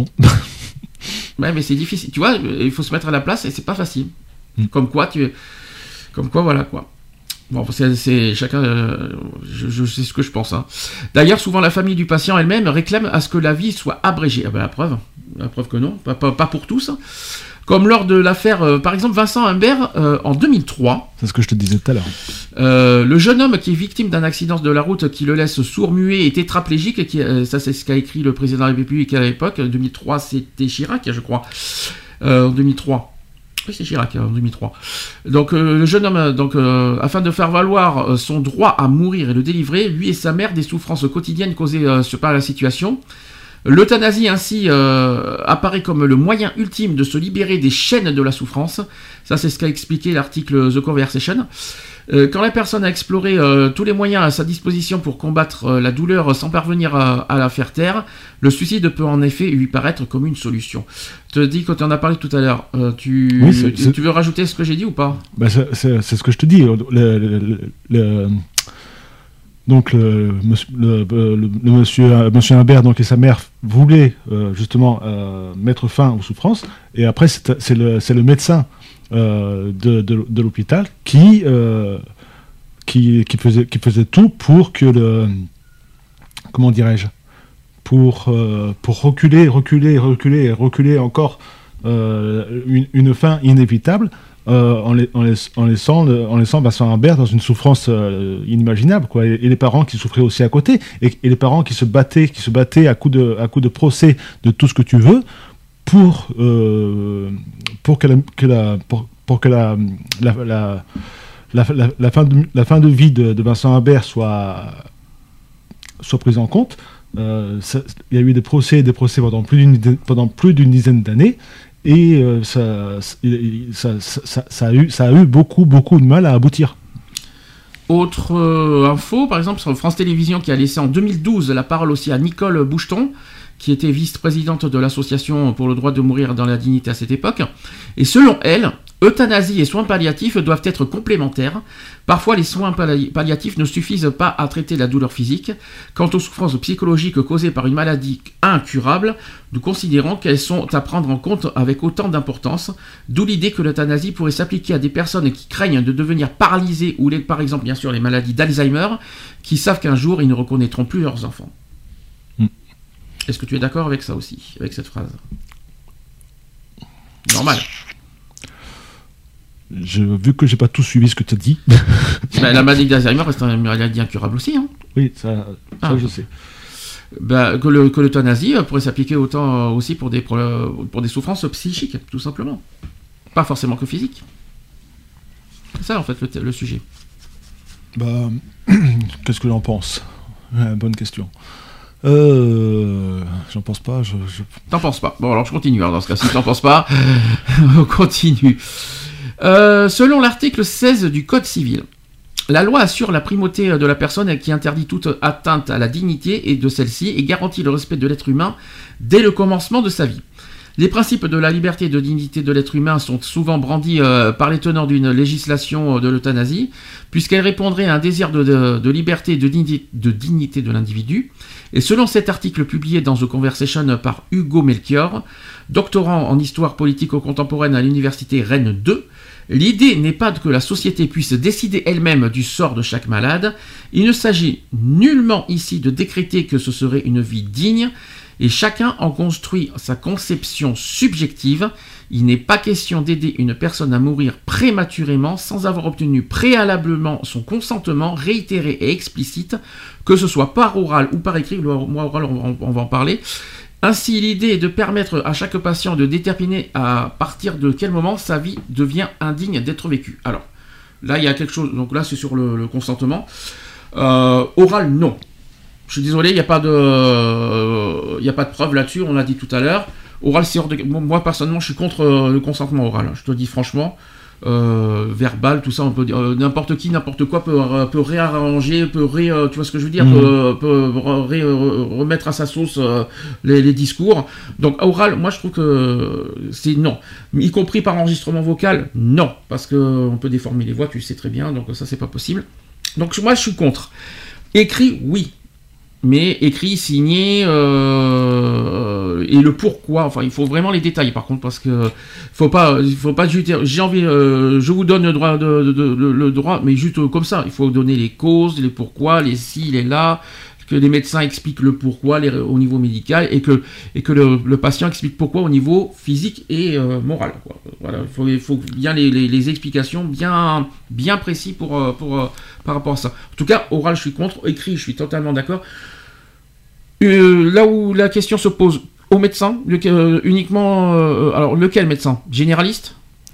Ouais, mais c'est difficile. Tu vois, il faut se mettre à la place et c'est pas facile. Mm. Comme quoi, tu, comme quoi, voilà, quoi. Bon, c'est, c'est chacun, euh, je, je sais ce que je pense. Hein. D'ailleurs, souvent la famille du patient elle-même réclame à ce que la vie soit abrégée. Ah ben la preuve, la preuve que non, pas, pas, pas pour tous. Hein. Comme lors de l'affaire, euh, par exemple, Vincent Humbert euh, en deux mille trois. C'est ce que je te disais tout à l'heure. Euh, le jeune homme qui est victime d'un accident de la route qui le laisse sourd-muet et tétraplégique, qui, euh, ça c'est ce qu'a écrit le président de la République à l'époque. En deux mille trois, c'était Chirac, je crois. Euh, en deux mille trois. Oui, c'est Chirac, en deux mille trois. Donc, euh, le jeune homme, donc, euh, afin de faire valoir euh, son droit à mourir et le délivrer, lui et sa mère, des souffrances quotidiennes causées euh, par la situation. L'euthanasie, ainsi, euh, apparaît comme le moyen ultime de se libérer des chaînes de la souffrance. Ça, c'est ce qu'a expliqué l'article The Conversation. Euh, quand la personne a exploré euh, tous les moyens à sa disposition pour combattre euh, la douleur sans parvenir à, à la faire taire, le suicide peut en effet lui paraître comme une solution. Je te dis, quand tu en as parlé tout à l'heure, euh, tu, oui, c'est, c'est... tu veux rajouter ce que j'ai dit ou pas? Bah, c'est, c'est, c'est ce que je te dis. Le, le, le, le, donc le, le, le, le monsieur, monsieur Humbert donc, et sa mère voulaient euh, justement euh, mettre fin aux souffrances, et après c'est, c'est, le, c'est le médecin Euh, de, de, de l'hôpital qui, euh, qui, qui, faisait, qui faisait tout pour que le... Comment dirais-je pour, euh, pour reculer, reculer, reculer, reculer encore euh, une, une fin inévitable euh, en, les, en, les, en, laissant, en laissant Vincent Humbert dans une souffrance euh, inimaginable, quoi. Et, et les parents qui souffraient aussi à côté, et, et les parents qui se battaient, qui se battaient à coups de, à coups de procès de tout ce que tu veux, pour euh, pour que la, que la pour, pour que la la, la, la, la, la fin de la fin de vie de, de Vincent Humbert soit soit prise en compte. Euh, ça, il y a eu des procès des procès pendant plus d'une pendant plus d'une dizaine d'années, et euh, ça, ça, ça, ça, ça a eu ça a eu beaucoup beaucoup de mal à aboutir. Autre euh, info, par exemple sur France Télévisions, qui a laissé en deux mille douze la parole aussi à Nicole Boucheton, qui était vice-présidente de l'association pour le droit de mourir dans la dignité à cette époque. Et selon elle, euthanasie et soins palliatifs doivent être complémentaires. Parfois, les soins palli- palliatifs ne suffisent pas à traiter la douleur physique. Quant aux souffrances psychologiques causées par une maladie incurable, nous considérons qu'elles sont à prendre en compte avec autant d'importance, d'où l'idée que l'euthanasie pourrait s'appliquer à des personnes qui craignent de devenir paralysées, ou les, par exemple, bien sûr, les maladies d'Alzheimer, qui savent qu'un jour, ils ne reconnaîtront plus leurs enfants. Est-ce que tu es d'accord avec ça aussi, avec cette phrase? Normal. Je, vu que j'ai pas tout suivi ce que tu as dit. Ben, la maladie d'Alzheimer reste une maladie incurable aussi. Hein. Oui, ça, ça ah, je sais. Ben, que, le, que l'euthanasie pourrait s'appliquer autant aussi pour des, pour, pour des souffrances psychiques, tout simplement. Pas forcément que physiques. C'est ça en fait le, le sujet. Bah, qu'est-ce que j'en pense? Ouais, bonne question. Euh, j'en pense pas. Je, je... T'en penses pas. Bon, alors je continue. Alors, dans ce cas, si t'en penses pas, on continue. Euh, selon l'article seize du Code civil, la loi assure la primauté de la personne qui interdit toute atteinte à la dignité et de celle-ci et garantit le respect de l'être humain dès le commencement de sa vie. Les principes de la liberté et de dignité de l'être humain sont souvent brandis euh, par les tenants d'une législation de l'euthanasie, puisqu'elle répondrait à un désir de, de, de liberté et de dignité, de dignité de l'individu. Et selon cet article publié dans The Conversation par Hugo Melchior, doctorant en histoire politico-contemporaine à l'université Rennes deux, l'idée n'est pas que la société puisse décider elle-même du sort de chaque malade. Il ne s'agit nullement ici de décréter que ce serait une vie digne. et chacun en construit sa conception subjective. Il n'est pas question d'aider une personne à mourir prématurément sans avoir obtenu préalablement son consentement réitéré et explicite, que ce soit par oral ou par écrit. Moi, oral, on, on va en parler. Ainsi, l'idée est de permettre à chaque patient de déterminer à partir de quel moment sa vie devient indigne d'être vécue. Alors, là, il y a quelque chose. Donc là, c'est sur le, le consentement. Euh, oral, non. Je suis désolé, il n'y a pas de, il n'y a pas de preuve là-dessus. On l'a dit tout à l'heure. Oral, c'est hors de... Moi, personnellement, je suis contre euh, le consentement oral. Je te le dis franchement. Euh, verbal, tout ça, on peut dire, euh, n'importe qui, n'importe quoi peut, euh, peut réarranger, peut ré, euh, tu vois ce que je veux dire, mmh. peut, peut ré, euh, remettre à sa sauce euh, les, les discours. Donc oral, moi je trouve que c'est non, y compris par enregistrement vocal, non, parce que on peut déformer les voix, tu le sais très bien, donc ça c'est pas possible. Donc moi je suis contre. Écrit, oui. Mais écrit, signé, euh, et le pourquoi, enfin il faut vraiment les détails par contre, parce que faut pas, faut pas jeter, j'ai envie, euh, je vous donne le droit, de, de, de, de, le droit, mais juste comme ça, il faut donner les causes, les pourquoi, les si, les là, que les médecins expliquent le pourquoi les, au niveau médical, et que, et que le, le patient explique pourquoi au niveau physique et euh, moral, quoi. Voilà, il faut, il faut bien les, les, les explications bien, bien précis pour, pour, pour, par rapport à ça. En tout cas, oral je suis contre, écrit je suis totalement d'accord. Euh, là où la question se pose au médecin, le, euh, uniquement, euh, alors lequel médecin ? Généraliste ?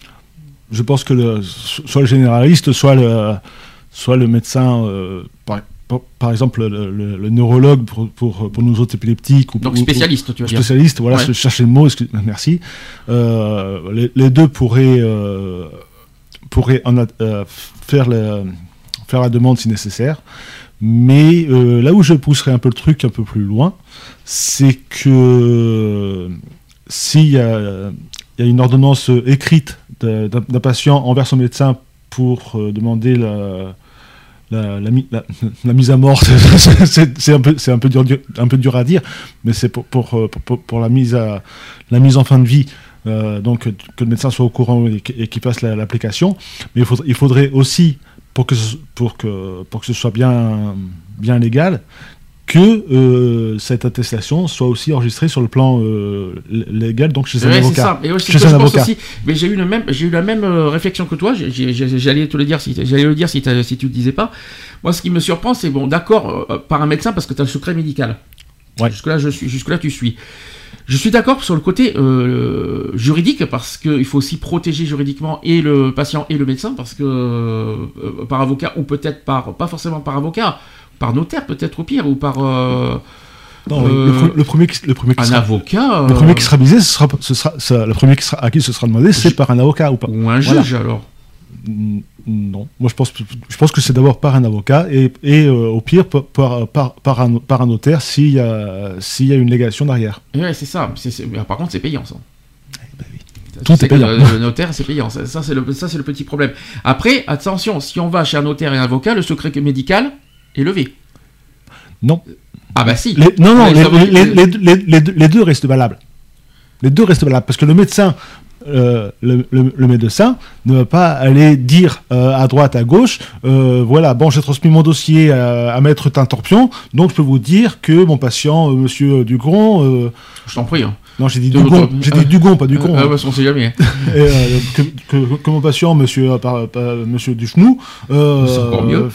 Je pense que le, soit le généraliste, soit le, soit le médecin, euh, par, par exemple le, le, le neurologue pour, pour, pour nos autres épileptiques. Ou, Donc ou, spécialiste, ou, tu veux dire. Spécialiste, voilà, ouais. je cherchais le mot, merci. Euh, les, les deux pourraient, euh, pourraient en a, euh, faire, le, faire la demande si nécessaire. Mais euh, là où je pousserai un peu le truc un peu plus loin, c'est que s'il y a, il y a une ordonnance écrite de, d'un, d'un patient envers son médecin pour euh, demander la, la, la, la, la mise à mort, c'est, c'est, un peu, c'est un, peu dur, un peu dur à dire, mais c'est pour, pour, pour, pour la, mise à, la mise en fin de vie. Euh, donc que le médecin soit au courant et, et qu'il fasse la, l'application. Mais il faudrait, il faudrait aussi, pour que, ce, pour que, pour que ce soit bien, bien légal, que euh, cette attestation soit aussi enregistrée sur le plan euh, légal, donc chez un ouais, avocat. C'est ça. Et ouais, c'est chez ce que un je avocat. pense aussi. Mais j'ai eu, le même, j'ai eu la même euh, réflexion que toi. J'ai, j'ai, j'allais te le dire si, j'allais le dire si, si tu ne le disais pas. Moi, ce qui me surprend, c'est bon, d'accord, euh, par un médecin parce que tu as le secret médical. Ouais. Jusque-là, je suis, jusque-là, tu suis. Je suis d'accord sur le côté euh, juridique, parce qu'il faut aussi protéger juridiquement et le patient et le médecin, parce que euh, par avocat, ou peut-être par, pas forcément par avocat, par notaire peut-être au pire, ou par... Euh, non, euh, le, le premier qui, le premier qui un sera, avocat... Euh, le premier qui sera visé, ce sera, ce sera, ça, le premier qui sera, à qui ce sera demandé, c'est par un avocat ou pas. Ou un voilà. juge alors. Non, moi je pense, je pense que c'est d'abord par un avocat et, et euh, au pire par, par, par, par, un, par un notaire s'il y a, s'il y a une légation derrière. Ouais, c'est ça. C'est, c'est, par contre, c'est payant ça. Eh ben oui. Tout est payant. Le, le notaire, c'est payant. Ça, ça, c'est le, ça, c'est le petit problème. Après, attention, si on va chez un notaire et un avocat, le secret médical est levé. Non. Ah bah si. Les, non, non, ouais, les, les, les, les, les, deux, les deux restent valables. Les deux restent valables parce que le médecin. Euh, le, le, le médecin ne va pas aller dire euh, à droite, à gauche, euh, voilà, bon, j'ai transmis mon dossier à, à Maître Tintorpion, donc je peux vous dire que mon patient, euh, Monsieur Dugon... Euh, je t'en prie. Hein. Non, j'ai dit Dugon, j'ai dit Dugon, pas Dugon. Ah, euh, parce qu'on sait jamais. Et, euh, que, que, que mon patient, Monsieur, euh, par, par, monsieur Duchenou... Euh, c'est encore mieux.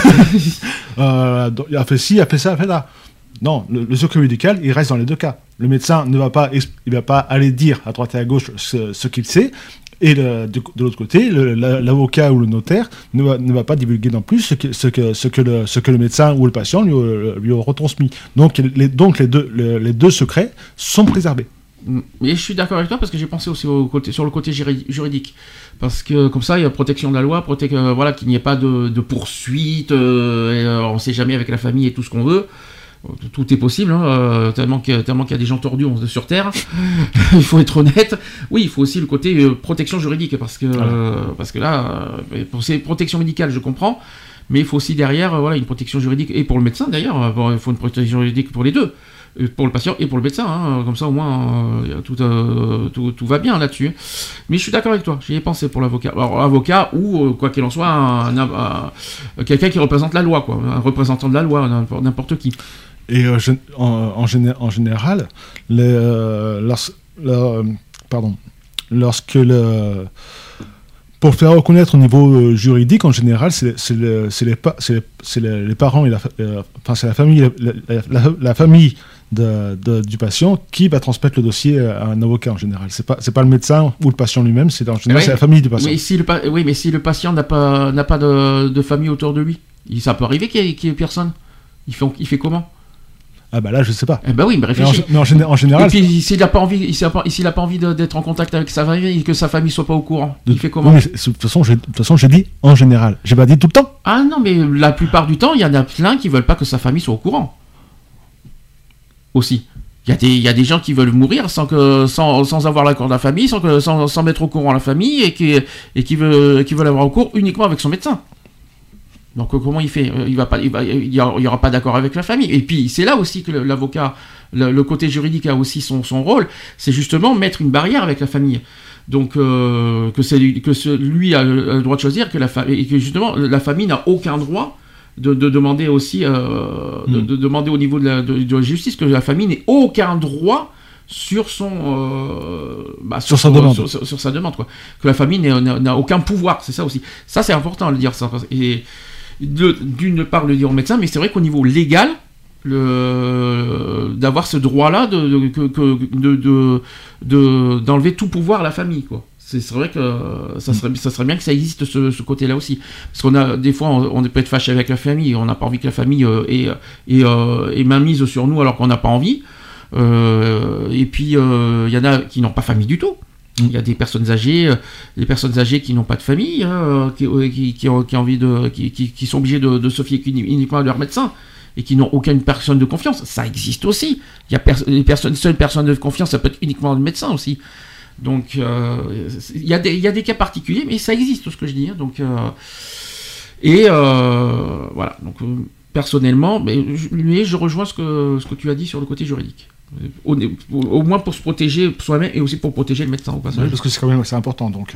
euh, a fait ci, a fait ça, a fait là. Non, le, le secret médical, il reste dans les deux cas. Le médecin ne va pas, il va pas aller dire à droite et à gauche ce, ce qu'il sait, et le, de, de l'autre côté, le, la, l'avocat ou le notaire ne va, ne va pas divulguer non plus ce que, ce que, ce que, le, ce que le médecin ou le patient lui, lui a retransmis. Donc, les, donc les, deux, les, les deux secrets sont préservés. Mais je suis d'accord avec toi parce que j'ai pensé aussi au côté, sur le côté juridique. Parce que comme ça, il y a protection de la loi, proté- euh, voilà, qu'il n'y ait pas de, de poursuite, euh, et, euh, on ne sait jamais avec la famille et tout ce qu'on veut. Tout est possible, hein, euh, tellement, qu'il y a, tellement qu'il y a des gens tordus sur Terre. Il faut être honnête. Oui, il faut aussi le côté euh, protection juridique, parce que, voilà. euh, parce que là, euh, pour ces protections médicales, je comprends, mais il faut aussi derrière euh, voilà, une protection juridique, et pour le médecin d'ailleurs, il faut une protection juridique pour les deux, pour le patient et pour le médecin, hein, comme ça au moins euh, tout, euh, tout, tout va bien là-dessus. Mais je suis d'accord avec toi, j'y ai pensé pour l'avocat. Alors avocat ou, euh, quoi qu'il en soit, un, un, un, quelqu'un qui représente la loi, quoi, un représentant de la loi, n'importe, n'importe qui. Et euh, je- en, en, géné- en général, les, euh, lors- lors- pardon, lorsque le, pour faire reconnaître au niveau euh, juridique, en général, c'est c'est le- c'est les, pa- c'est les, c'est les- les parents et la, fa- euh, enfin c'est la famille, la, la- la- la famille de- de- du patient qui va transmettre le dossier à un avocat en général. C'est pas c'est pas le médecin ou le patient lui-même, c'est en général Oui, c'est la famille du patient. Mais si le, pa- oui, mais si le patient n'a pas, n'a pas de, de famille autour de lui, il- ça peut arriver qu'il n'y ait, qu'il y ait personne. Il fait, il fait comment? Ah bah là je sais pas. Eh ben oui, mais Mais en, réfléchis. gé- mais en géné- en général, Et puis s'il n'a pas envie, s'il a pas, s'il a pas envie de- d'être en contact avec sa famille et que sa famille soit pas au courant, de, il fait comment? oui, mais c'est- de toute façon, j'ai- de toute façon, j'ai dit en général. J'ai pas dit tout le temps. Ah non, mais la plupart du temps, il y en a plein qui veulent pas que sa famille soit au courant. Aussi. Il y a des, il y a des gens qui veulent mourir sans, que, sans, sans avoir l'accord de la famille, sans, que, sans, sans mettre au courant la famille et qui, et qui, veut, qui veulent avoir recours uniquement avec son médecin. Donc euh, comment il fait? Euh, Il va pas, il va, il y aura, il y aura pas d'accord avec la famille. Et puis c'est là aussi que le- l'avocat, le, le côté juridique a aussi son, son rôle, c'est justement mettre une barrière avec la famille. Donc euh, que, c'est, lui- que ce- lui a le, a le droit de choisir, que la fa- et que justement la famille n'a aucun droit de, de demander aussi, euh, de, Mm. de demander au niveau de la, de- de la justice que la famille n'ait aucun droit sur son euh, bah, Sur sa son- demande. sur, sur- sur sa demande quoi. Que la famille n'a, n'a- n'a aucun pouvoir, c'est ça aussi. Ça c'est important de le dire ça. Et de- d'une part le dire au médecin, mais c'est vrai qu'au niveau légal, le, d'avoir ce droit-là de, de, que- que- de, de- de- d'enlever tout pouvoir à la famille, quoi. C'est, c'est vrai que ça serait, ça serait bien que ça existe ce, ce côté-là aussi. Parce qu'on a, des fois, on, on peut être fâché avec la famille, on n'a pas envie que la famille euh, ait, ait, euh, ait mainmise sur nous alors qu'on n'a pas envie. Euh, et puis, il euh, y en a qui n'ont pas famille du tout. Il y a des personnes âgées, euh, des personnes âgées qui n'ont pas de famille, hein, qui, euh, qui, qui, ont, qui ont envie de, qui, qui, qui sont obligées de, de se fier uni- uniquement à leur médecin et qui n'ont aucune personne de confiance. Ça existe aussi. Il y a pers- les personnes, seules personnes de confiance, ça peut être uniquement le médecin aussi. Donc, euh, il y a des, il y a des cas particuliers, mais ça existe, tout ce que je dis. Hein, donc, euh, et euh, voilà. Donc, euh, personnellement, mais je, mais je rejoins ce que, ce que tu as dit sur le côté juridique. Au, au, au moins pour se protéger soi-même et aussi pour protéger le médecin au passage. Ouais, parce que c'est quand même c'est important. Donc, euh,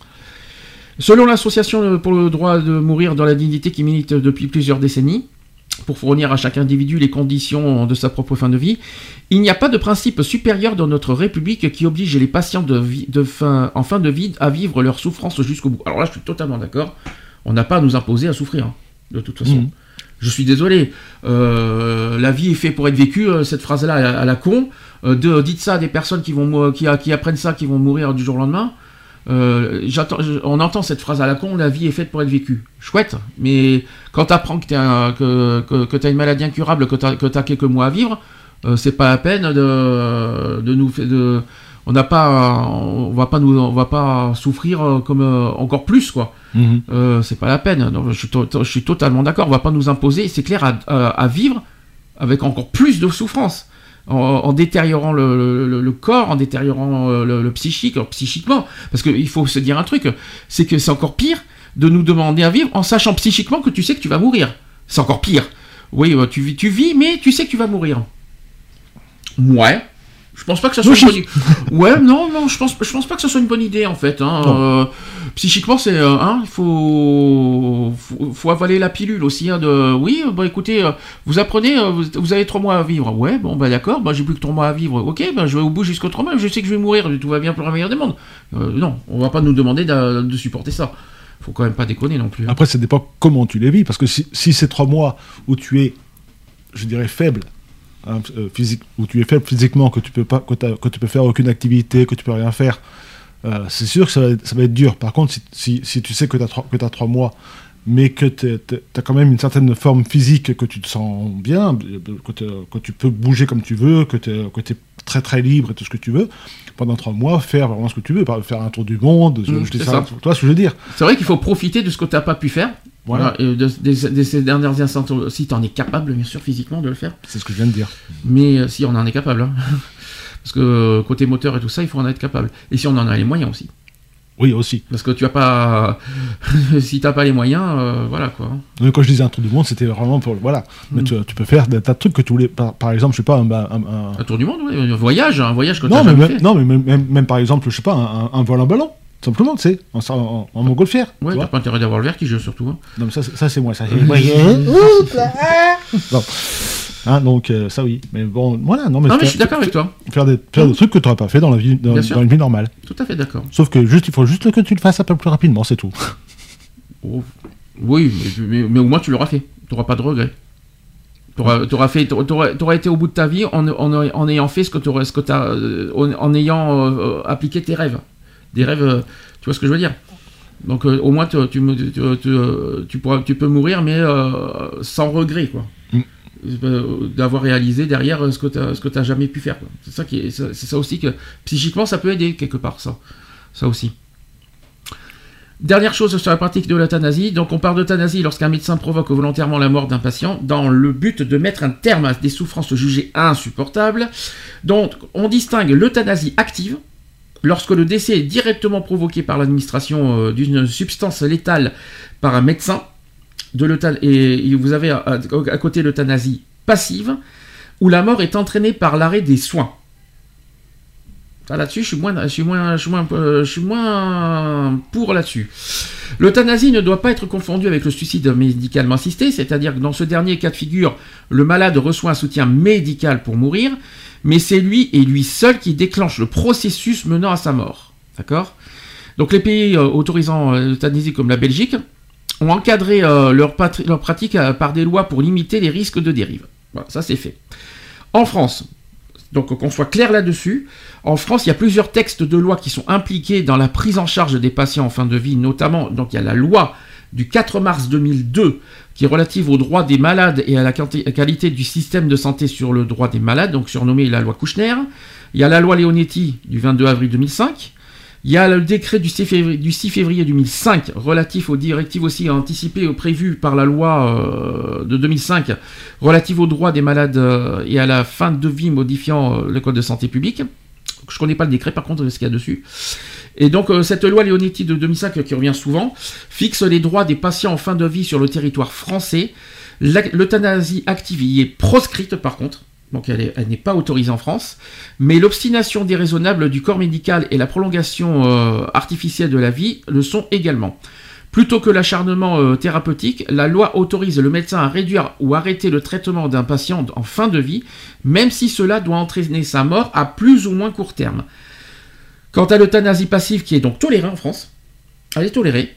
Selon l'association pour le droit de mourir dans la dignité qui milite depuis plusieurs décennies, pour fournir à chaque individu les conditions de sa propre fin de vie, il n'y a pas de principe supérieur dans notre République qui oblige les patients de vie, de fin, en fin de vie à vivre leur souffrance jusqu'au bout. Alors là, je suis totalement d'accord. On n'a pas à nous imposer à souffrir, hein, de toute façon. Mhm. Je suis désolé. Euh, la vie est faite pour être vécue. euh, Cette phrase-là, à, à la con. Euh, de, dites ça à des personnes qui, vont, mou- qui, qui apprennent ça, qui vont mourir du jour au lendemain. Euh, j'attends, je- on entend cette phrase à la con, la vie est faite pour être vécue. Chouette, mais quand tu apprends que tu as que, que, que t'as une maladie incurable, que tu as que t'as quelques mois à vivre, euh, c'est pas la peine de, de nous faire. De, on n'a pas, on va pas nous, on va pas souffrir euh, comme euh, encore plus quoi. mhm. Euh, c'est pas la peine. Non, je, suis to- je suis totalement d'accord. On va pas nous imposer, c'est clair, à, à, à vivre avec encore plus de souffrance. En, en détériorant le, le- le corps, en détériorant euh, le, le psychique, alors, psychiquement. Parce qu'il faut se dire un truc, c'est que c'est encore pire de nous demander à vivre en sachant psychiquement que tu sais que tu vas mourir. C'est encore pire. Oui, euh, tu vis, tu vis, mais tu sais que tu vas mourir. Ouais. Je pense pas que ça soit Oui, une bonne idée. Ouais, non, non, je pense, je pense pas que ce soit une bonne idée en fait. Hein. Non. Euh, psychiquement, c'est, euh, hein, il faut, faut, faut avaler la pilule aussi. Hein, de, oui, bah écoutez, euh, vous apprenez, euh, vous, vous avez trois mois à vivre. Ouais, bon, bah d'accord, bah j'ai plus que trois mois à vivre. Ok, bah je vais au bout jusqu'aux trois mois. Je sais que je vais mourir. Tout va bien pour la meilleure des mondes. Euh, non, on va pas nous demander de, de supporter ça. Faut quand même pas déconner non plus. Hein. Après, ça dépend comment tu les vis. Parce que si, si c'est trois mois où tu es, je dirais, faible, hein, euh, physique, où tu es faible physiquement, que tu peux pas, que, t'as- que tu peux faire aucune activité, que tu peux rien faire, euh, c'est sûr que ça va, être, ça va être dur. Par contre, si, si, si tu sais que tu as trois mois, mais que tu as quand même une certaine forme physique, que tu te sens bien, que, t'es- que tu peux bouger comme tu veux, que tu es très très libre et tout ce que tu veux, pendant trois mois, faire vraiment ce que tu veux, par- faire un tour du monde, je, Mmh, je dis c'est ça, ça. tu vois ce que je veux dire. C'est vrai qu'il faut profiter de ce que tu n'as pas pu faire. Voilà. Voilà, et de, de- de ces dernières instants, si tu en es capable, bien sûr, physiquement, de le faire. C'est ce que je viens de dire. Mais euh, si on en est capable. Hein. Parce que euh, côté moteur et tout ça, il faut en être capable. Et si on en a les moyens aussi. Oui, aussi. Parce que tu as pas. si tu n'as pas les moyens, euh, voilà quoi. Mais quand je disais un tour du monde, c'était vraiment pour. Voilà. Mais Mm. tu, tu peux faire des tas de trucs que tu voulais. Par, par exemple, je sais pas, un. un- un- Un tour du monde, ouais, un voyage, un voyage que tu non, as mais jamais même, fait. non, mais même, même, même par exemple, je sais pas, un, un- un vol en ballon. Simplement, tu sais, en, en, en montgolfière. tu Ouais, vois. t'as pas intérêt d'avoir le vertige surtout. Hein. Non, mais ça, c'est- ça c'est moi. Ça, c'est moi. Bon. Hein, donc euh, ça oui. Mais bon, voilà. Non mais, Non, mais faire- je suis d'accord avec toi. Faire des, faire des trucs que tu n'aurais pas fait dans la vie, dans, Bien sûr. dans une vie normale. Tout à fait d'accord. Sauf que juste, il faut juste que tu le fasses un peu plus rapidement, c'est tout. Oh, oui, mais, mais, mais au moins tu l'auras fait. Tu n'auras pas de regrets. Tu auras fait, t'auras, t'auras été au bout de ta vie en, en, en ayant fait ce que tu ce que t'as, euh, en, en ayant euh, appliqué tes rêves. Des rêves, euh, tu vois ce que je veux dire. Donc euh, au moins tu, tu, tu, tu, tu, tu, pourras, tu peux mourir, mais euh, sans regret, quoi. Mm. Euh, d'avoir réalisé derrière ce que tu n'as jamais pu faire, quoi. C'est ça qui est, c'est ça aussi que psychiquement ça peut aider quelque part, ça, ça aussi. Dernière chose sur la pratique de l'euthanasie. Donc on parle d'euthanasie lorsqu'un médecin provoque volontairement la mort d'un patient dans le but de mettre un terme à des souffrances jugées insupportables. Donc on distingue l'euthanasie active, lorsque le décès est directement provoqué par l'administration euh, d'une substance létale par un médecin, de l'euthan- et, et vous avez à, à, à côté l'euthanasie passive, où la mort est entraînée par l'arrêt des soins. Ah, là-dessus, je suis moins, je suis moins, je suis moins, euh, je suis moins pour là-dessus. L'euthanasie ne doit pas être confondue avec le suicide médicalement assisté, c'est-à-dire que dans ce dernier cas de figure, le malade reçoit un soutien médical pour mourir, mais c'est lui et lui seul qui déclenche le processus menant à sa mort. D'accord ? Donc les pays euh, autorisant euh, l'euthanasie comme la Belgique ont encadré euh, leur, patri- leur pratique euh, par des lois pour limiter les risques de dérive. Voilà, ça c'est fait. En France, donc qu'on soit clair là-dessus, en France, il y a plusieurs textes de loi qui sont impliqués dans la prise en charge des patients en fin de vie, notamment, donc il y a la loi du quatre mars deux mille deux qui est relative aux droits des malades et à la qualité du système de santé sur le droit des malades, donc surnommée la loi Kouchner. Il y a la loi Leonetti du vingt-deux avril deux mille cinq. Il y a le décret du six février deux mille cinq relatif aux directives aussi anticipées ou prévues par la loi euh, de deux mille cinq relative aux droits des malades euh, et à la fin de vie modifiant euh, le code de santé publique. Je ne connais pas le décret par contre ce qu'il y a dessus. Et donc euh, cette loi Leonetti de deux mille cinq qui revient souvent fixe les droits des patients en fin de vie sur le territoire français. La, l'euthanasie active y est proscrite par contre. Donc elle, est, elle n'est pas autorisée en France, mais l'obstination déraisonnable du corps médical et la prolongation euh, artificielle de la vie le sont également. Plutôt que l'acharnement euh, thérapeutique, la loi autorise le médecin à réduire ou arrêter le traitement d'un patient en fin de vie, même si cela doit entraîner sa mort à plus ou moins court terme. Quant à l'euthanasie passive, qui est donc tolérée en France, elle est tolérée,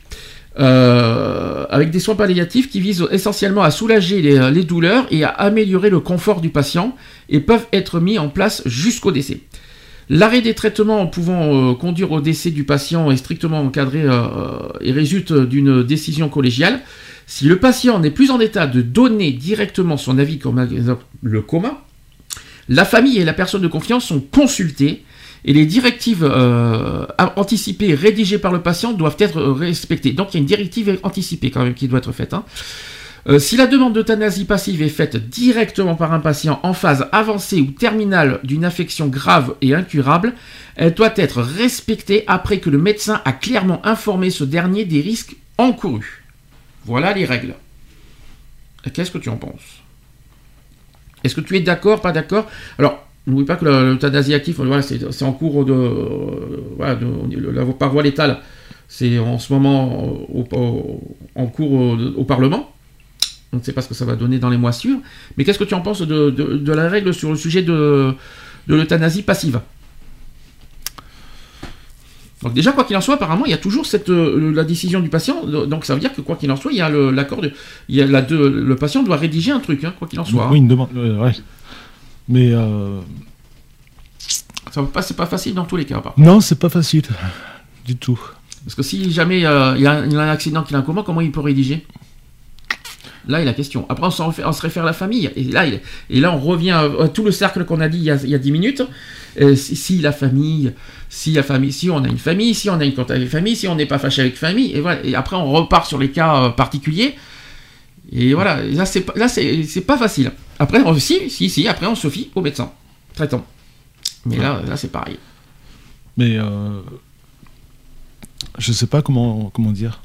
Euh, avec des soins palliatifs qui visent essentiellement à soulager les, les douleurs et à améliorer le confort du patient et peuvent être mis en place jusqu'au décès. L'arrêt des traitements pouvant euh, conduire au décès du patient est strictement encadré euh, et résulte d'une décision collégiale. Si le patient n'est plus en état de donner directement son avis, comme par exemple le coma, la famille et la personne de confiance sont consultées et les directives euh, anticipées rédigées par le patient doivent être respectées. Donc il y a une directive anticipée quand même qui doit être faite. Hein. Euh, si la demande d'euthanasie passive est faite directement par un patient en phase avancée ou terminale d'une affection grave et incurable, elle doit être respectée après que le médecin a clairement informé ce dernier des risques encourus. Voilà les règles. Et qu'est-ce que tu en penses ? Est-ce que tu es d'accord, pas d'accord ? Alors, n'oublie pas que l'euthanasie active, voilà, c'est, c'est en cours de, euh, voilà, de, la, par voie létale, c'est en ce moment au, au, en cours au, au Parlement. On ne sait pas ce que ça va donner dans les mois sûrs. Mais qu'est-ce que tu en penses de, de, de la règle sur le sujet de, de l'euthanasie passive ? Donc déjà, quoi qu'il en soit, apparemment, il y a toujours cette, euh, la décision du patient. Donc ça veut dire que quoi qu'il en soit, il y a le, l'accord de, il y a la de, le patient doit rédiger un truc, hein, quoi qu'il en soit. Oui, une demande. Euh, ouais. Mais euh... ça va pas, c'est pas facile dans tous les cas. Par non, c'est pas facile du tout. Parce que si jamais euh, il, y a, il y a un accident qu'il a un coma, comment il peut rédiger ? Là est la question. Après, on, s'en réfère, on se réfère à la famille. Et là, il, et là on revient à, à tout le cercle qu'on a dit il y a, il y a dix minutes. Euh, si, si la famille, si la famille, si on a une famille, si on a une contact avec famille, si on n'est pas fâché avec famille, et voilà. Et après, on repart sur les cas euh, particuliers. Et voilà. Et là, c'est là, c'est, c'est pas facile. Après, on, si, si, si. Après, on se fie au médecin traitant. Mais là, là, c'est pareil. Mais euh, je sais pas comment comment dire.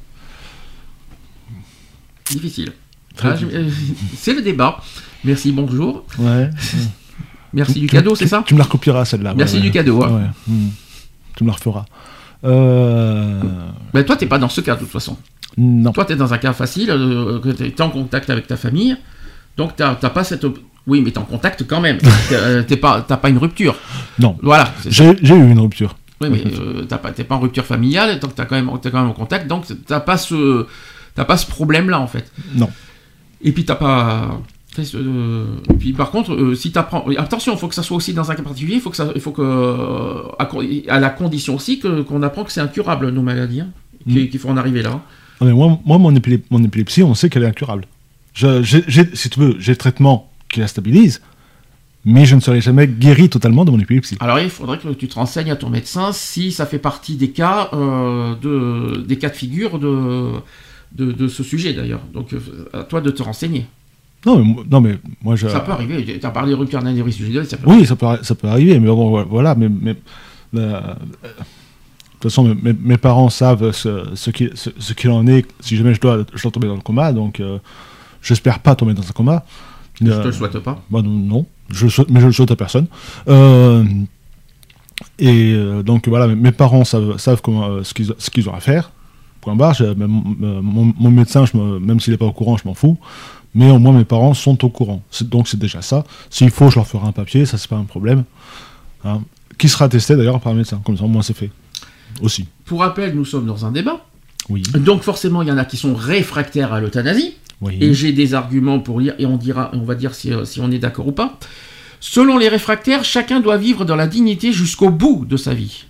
Difficile. Ah, je, euh, c'est le débat. Merci, bonjour. Ouais. Merci tu, du cadeau, tu, c'est ça ? Tu me la recopieras celle-là. Merci ouais, du ouais. cadeau. Hein. Ouais. Mmh. Tu me la referas. Euh... Ben, toi, t'es pas dans ce cas de toute façon. Non. Toi, t'es dans un cas facile, euh, que t'es en contact avec ta famille, donc t'as, t'as pas cette. Oui, mais t'es en contact quand même. t'es, t'es pas, t'as pas une rupture. Non. Voilà. J'ai, j'ai eu une rupture. Oui, mais euh, t'as pas, t'es pas en rupture familiale, donc t'as quand même, t'es quand même en contact, donc t'as pas ce, t'as pas ce problème-là en fait. Non. Et puis t'as pas. Euh, et puis par contre, euh, si t'apprends, attention, il faut que ça soit aussi dans un cas particulier, il faut que ça, il faut que euh, à, à la condition aussi que qu'on apprend que c'est incurable nos maladies, hein, mm. qu'il, qu'il faut en arriver là. Non, mais moi, moi mon, épilé, mon épilepsie, on sait qu'elle est incurable. Je, j'ai, j'ai, si tu veux, j'ai le traitement qui la stabilise, mais je ne serai jamais guéri totalement de mon épilepsie. Alors il faudrait que tu te renseignes à ton médecin si ça fait partie des cas euh, de des cas de figure de de, de ce sujet d'ailleurs. Donc à toi de te renseigner. Non, mais, non, mais moi je... Ça peut arriver, tu as parlé de rupture d'anévrisme judiciaire, ça peut Oui, arriver. ça peut, ça peut arriver, mais bon, voilà, mais... mais euh, de toute façon, mes, mes parents savent ce, ce, qui, ce, ce qu'il en est si jamais je dois, je dois tomber dans le coma, donc euh, j'espère pas tomber dans un coma. Je euh, te le souhaite pas. Bah non, non je souhaite, mais je le souhaite à personne. Euh, et euh, donc voilà, mes parents savent, savent comment, euh, ce, qu'ils, ce qu'ils ont à faire, point barre. Je, mon, mon, mon médecin, je me, même s'il n'est pas au courant, je m'en fous. Mais au moins mes parents sont au courant. C'est, donc c'est déjà ça. S'il faut, je leur ferai un papier, ça c'est pas un problème. Hein. Qui sera attesté d'ailleurs par le médecin. Comme ça, au moins c'est fait. Aussi. Pour rappel, nous sommes dans un débat. Oui. Donc forcément, il y en a qui sont réfractaires à l'euthanasie. Oui. Et j'ai des arguments pour lire, et on dira, on va dire si, si on est d'accord ou pas. Selon les réfractaires, chacun doit vivre dans la dignité jusqu'au bout de sa vie.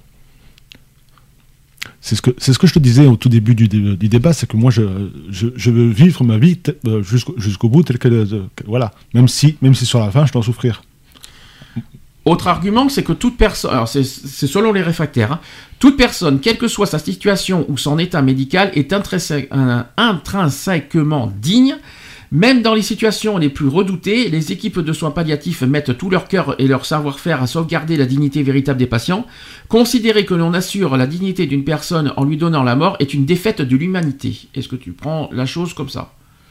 C'est ce que, c'est ce que je te disais au tout début du, du, du débat, c'est que moi, je, je, je veux vivre ma vie t- euh, jusqu'au, jusqu'au bout, telle qu'elle... Euh, voilà. Même si, même si sur la fin, je dois souffrir. Autre argument, c'est que toute personne... Alors, c'est, c'est selon les réfractaires. Hein, toute personne, quelle que soit sa situation ou son état médical, est intrinsè- un, intrinsèquement digne. Même dans les situations les plus redoutées, les équipes de soins palliatifs mettent tout leur cœur et leur savoir-faire à sauvegarder la dignité véritable des patients. Considérer que l'on assure la dignité d'une personne en lui donnant la mort est une défaite de l'humanité. Est-ce que tu prends la chose comme ça ?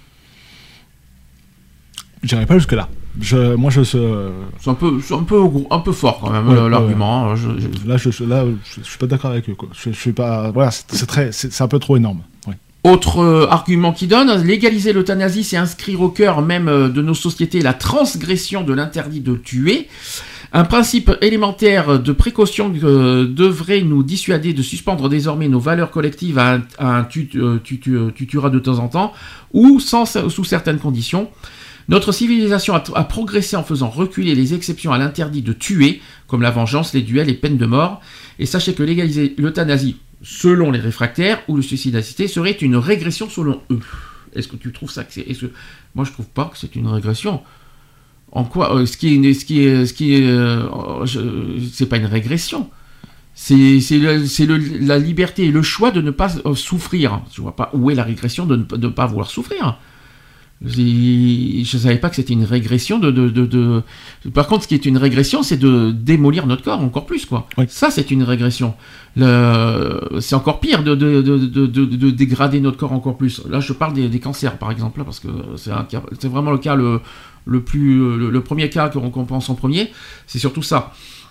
Je n'irai pas jusque-là. Je, moi, je... Euh... C'est un peu, c'est un peu, un peu fort quand même, ouais, l'argument. Ouais. Je, je... Là, je, là, je, je suis pas d'accord avec eux. Quoi. Je, je suis pas... Voilà, c'est, c'est, très, c'est, c'est un peu trop énorme. Ouais. Autre euh, argument qui donne, légaliser l'euthanasie, c'est inscrire au cœur même euh, de nos sociétés la transgression de l'interdit de tuer. Un principe élémentaire de précaution euh, devrait nous dissuader de suspendre désormais nos valeurs collectives à un, à un tu, euh, tu, tu, tu tueras de temps en temps, ou sans, sous certaines conditions. Notre civilisation a, a progressé en faisant reculer les exceptions à l'interdit de tuer, comme la vengeance, les duels et peines de mort. Et sachez que légaliser l'euthanasie, selon les réfractaires, ou le suicide assisté, serait une régression selon eux. Est-ce que tu trouves ça que c'est... Est-ce que... Moi, je trouve pas que c'est une régression. En quoi euh, Ce qui est... Ce qui est, ce qui est euh, je, c'est pas une régression. C'est, c'est, le, c'est le, la liberté et le choix de ne pas euh, souffrir. Je vois pas où est la régression de ne, de ne pas vouloir souffrir. Je ne savais pas que c'était une régression de, de, de, de... Par contre, ce qui est une régression, c'est de démolir notre corps encore plus, quoi. Oui. Ça, c'est une régression. Le... C'est encore pire de, de, de, de, de, de dégrader notre corps encore plus. Là, je parle des, des cancers, par exemple, là, parce que c'est, un cas, c'est vraiment le cas le, le plus... Le, le premier cas qu'on, qu'on pense en premier, c'est surtout ça.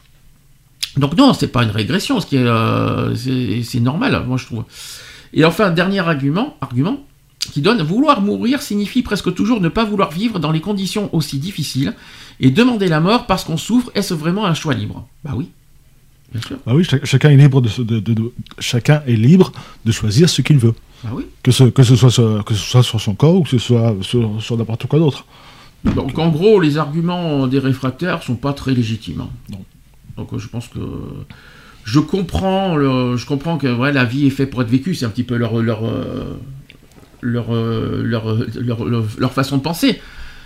Donc non, c'est pas une régression, ce qui est, euh, c'est, c'est normal, moi, je trouve. Et enfin, dernier argument... argument qui donne « Vouloir mourir signifie presque toujours ne pas vouloir vivre dans les conditions aussi difficiles et demander la mort parce qu'on souffre, est-ce vraiment un choix libre ?» Bah oui, bien sûr. Bah oui, ch- chacun est libre de, de, de, de, chacun est libre de choisir ce qu'il veut. Bah oui. Que ce, que ce soit sur, que ce soit sur son corps ou que ce soit sur, sur n'importe quoi d'autre. Donc, Donc en gros, les arguments des réfractaires sont pas très légitimes. Hein. Non. Donc je pense que... Je comprends, le, je comprends que ouais, la vie est faite pour être vécue, c'est un petit peu leur... leur euh... Leur, leur, leur, leur, leur façon de penser.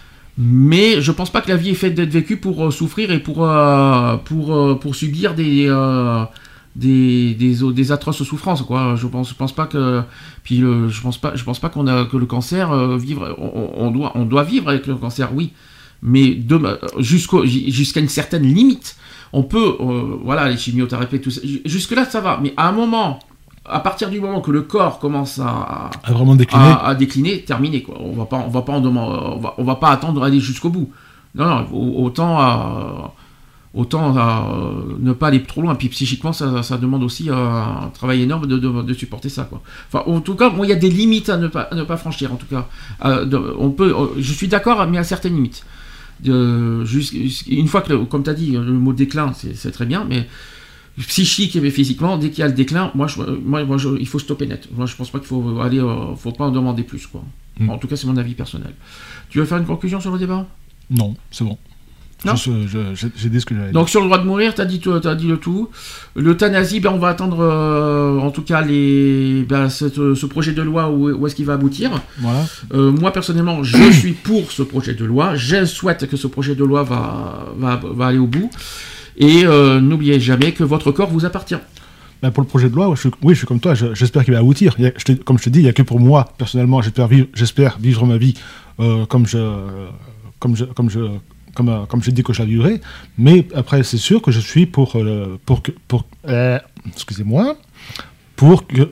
Mais je pense pas que la vie est faite d'être vécue pour euh, souffrir et pour, euh, pour, euh, pour subir des, euh, des, des, des atroces souffrances, quoi. Je pense, je pense pas que... Puis euh, je pense pas, je pense pas qu'on a, que le cancer, euh, vivre, on, on, doit, on doit vivre avec le cancer, oui. Mais de, jusqu'au, jusqu'à une certaine limite. On peut... Euh, voilà, les chimiothérapies, tout ça. Jusque-là, ça va. Mais à un moment... À partir du moment que le corps commence à, à vraiment décliner, à, à décliner, terminé quoi. On va pas, on va pas en demander, on va, on va pas attendre d'aller jusqu'au bout. Non, non, autant, à, autant à, ne pas aller trop loin. Puis psychiquement, ça, ça demande aussi un travail énorme de, de, de supporter ça, quoi. Enfin, en tout cas, moi, il y a des limites à ne pas, à ne pas franchir. En tout cas, euh, de, on peut, je suis d'accord, mais à certaines limites. de, juste, une fois que, le, comme tu as dit, le mot déclin, c'est, c'est très bien, mais psychique et physiquement, dès qu'il y a le déclin, moi, je, moi, moi je, il faut stopper net. Moi, je pense pas qu'il faut aller, euh, faut pas en demander plus, quoi. Mm. En tout cas, c'est mon avis personnel. Tu veux faire une conclusion sur le débat ? Non, c'est bon. Non. Je, je, je, j'ai dit ce que j'avais dit. Donc sur le droit de mourir, t'as dit, t'as dit le tout. L'euthanasie, ben on va attendre, euh, en tout cas les, ben, cette, ce projet de loi où, où est-ce qu'il va aboutir. Voilà. Euh, moi personnellement, je suis pour ce projet de loi. Je souhaite que ce projet de loi va, va, va aller au bout. Et euh, n'oubliez jamais que votre corps vous appartient. Ben pour le projet de loi, je, oui, je suis comme toi. Je, j'espère qu'il va aboutir. Il y a, je te, comme je te dis, il n'y a que pour moi personnellement. J'espère vivre, j'espère vivre ma vie euh, comme je, comme je, comme je. Comme, euh, comme j'ai dit que je la vivrai, mais après c'est sûr que je suis pour euh, pour que pour euh, excusez-moi pour que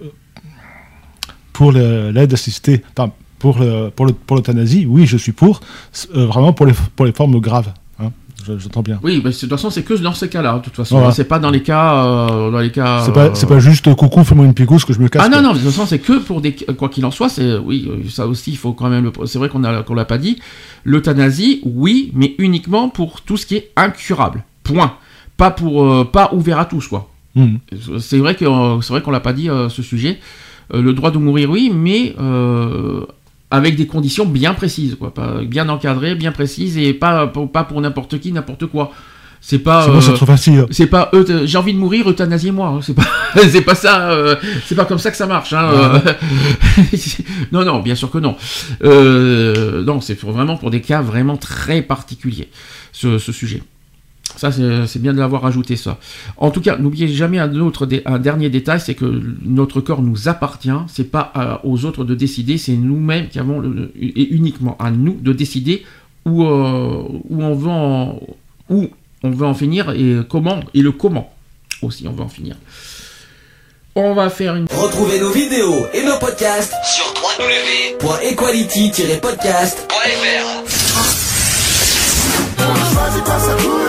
pour le, l'aide assistée, enfin pour le, pour le, pour l'euthanasie, oui je suis pour euh, vraiment pour les pour les formes graves. Hein, je, j'entends bien. Oui, mais de toute façon c'est que dans ces cas-là. De toute façon, voilà. C'est pas dans les cas euh, dans les cas. C'est pas euh... c'est pas juste coucou fais-moi une picousse que je me casse. Ah non non, de toute façon c'est que pour des quoi qu'il en soit, c'est oui ça aussi il faut quand même le... c'est vrai qu'on a qu'on l'a pas dit. L'euthanasie, oui, mais uniquement pour tout ce qui est incurable. Point. Pas pour, euh, pas ouvert à tous, quoi. Mmh. C'est vrai que, euh, c'est vrai qu'on l'a pas dit euh, ce sujet. Euh, le droit de mourir, oui, mais euh, avec des conditions bien précises, quoi. Pas, bien encadrées, bien précises, et pas, pour, pas pour n'importe qui, n'importe quoi. C'est pas. C'est, bon, euh, c'est trop facile. C'est pas. Euh, j'ai envie de mourir, euthanasiez-moi. Hein. C'est pas. c'est pas ça. Euh, c'est pas comme ça que ça marche. Hein. Ouais. Euh, non, non, bien sûr que non. Euh, non, c'est pour, vraiment pour des cas vraiment très particuliers. Ce, ce sujet. Ça, c'est, c'est bien de l'avoir ajouté ça. En tout cas, n'oubliez jamais un autre, un dernier détail, c'est que notre corps nous appartient. C'est pas à, aux autres de décider. C'est nous-mêmes qui avons le, et uniquement à nous de décider où euh, où on veut en, où on veut en finir et comment, et le comment aussi on veut en finir. On va faire une... Retrouvez nos vidéos et nos podcasts sur w w w point equality tiret podcast point f r. Choisis pas sa couleur.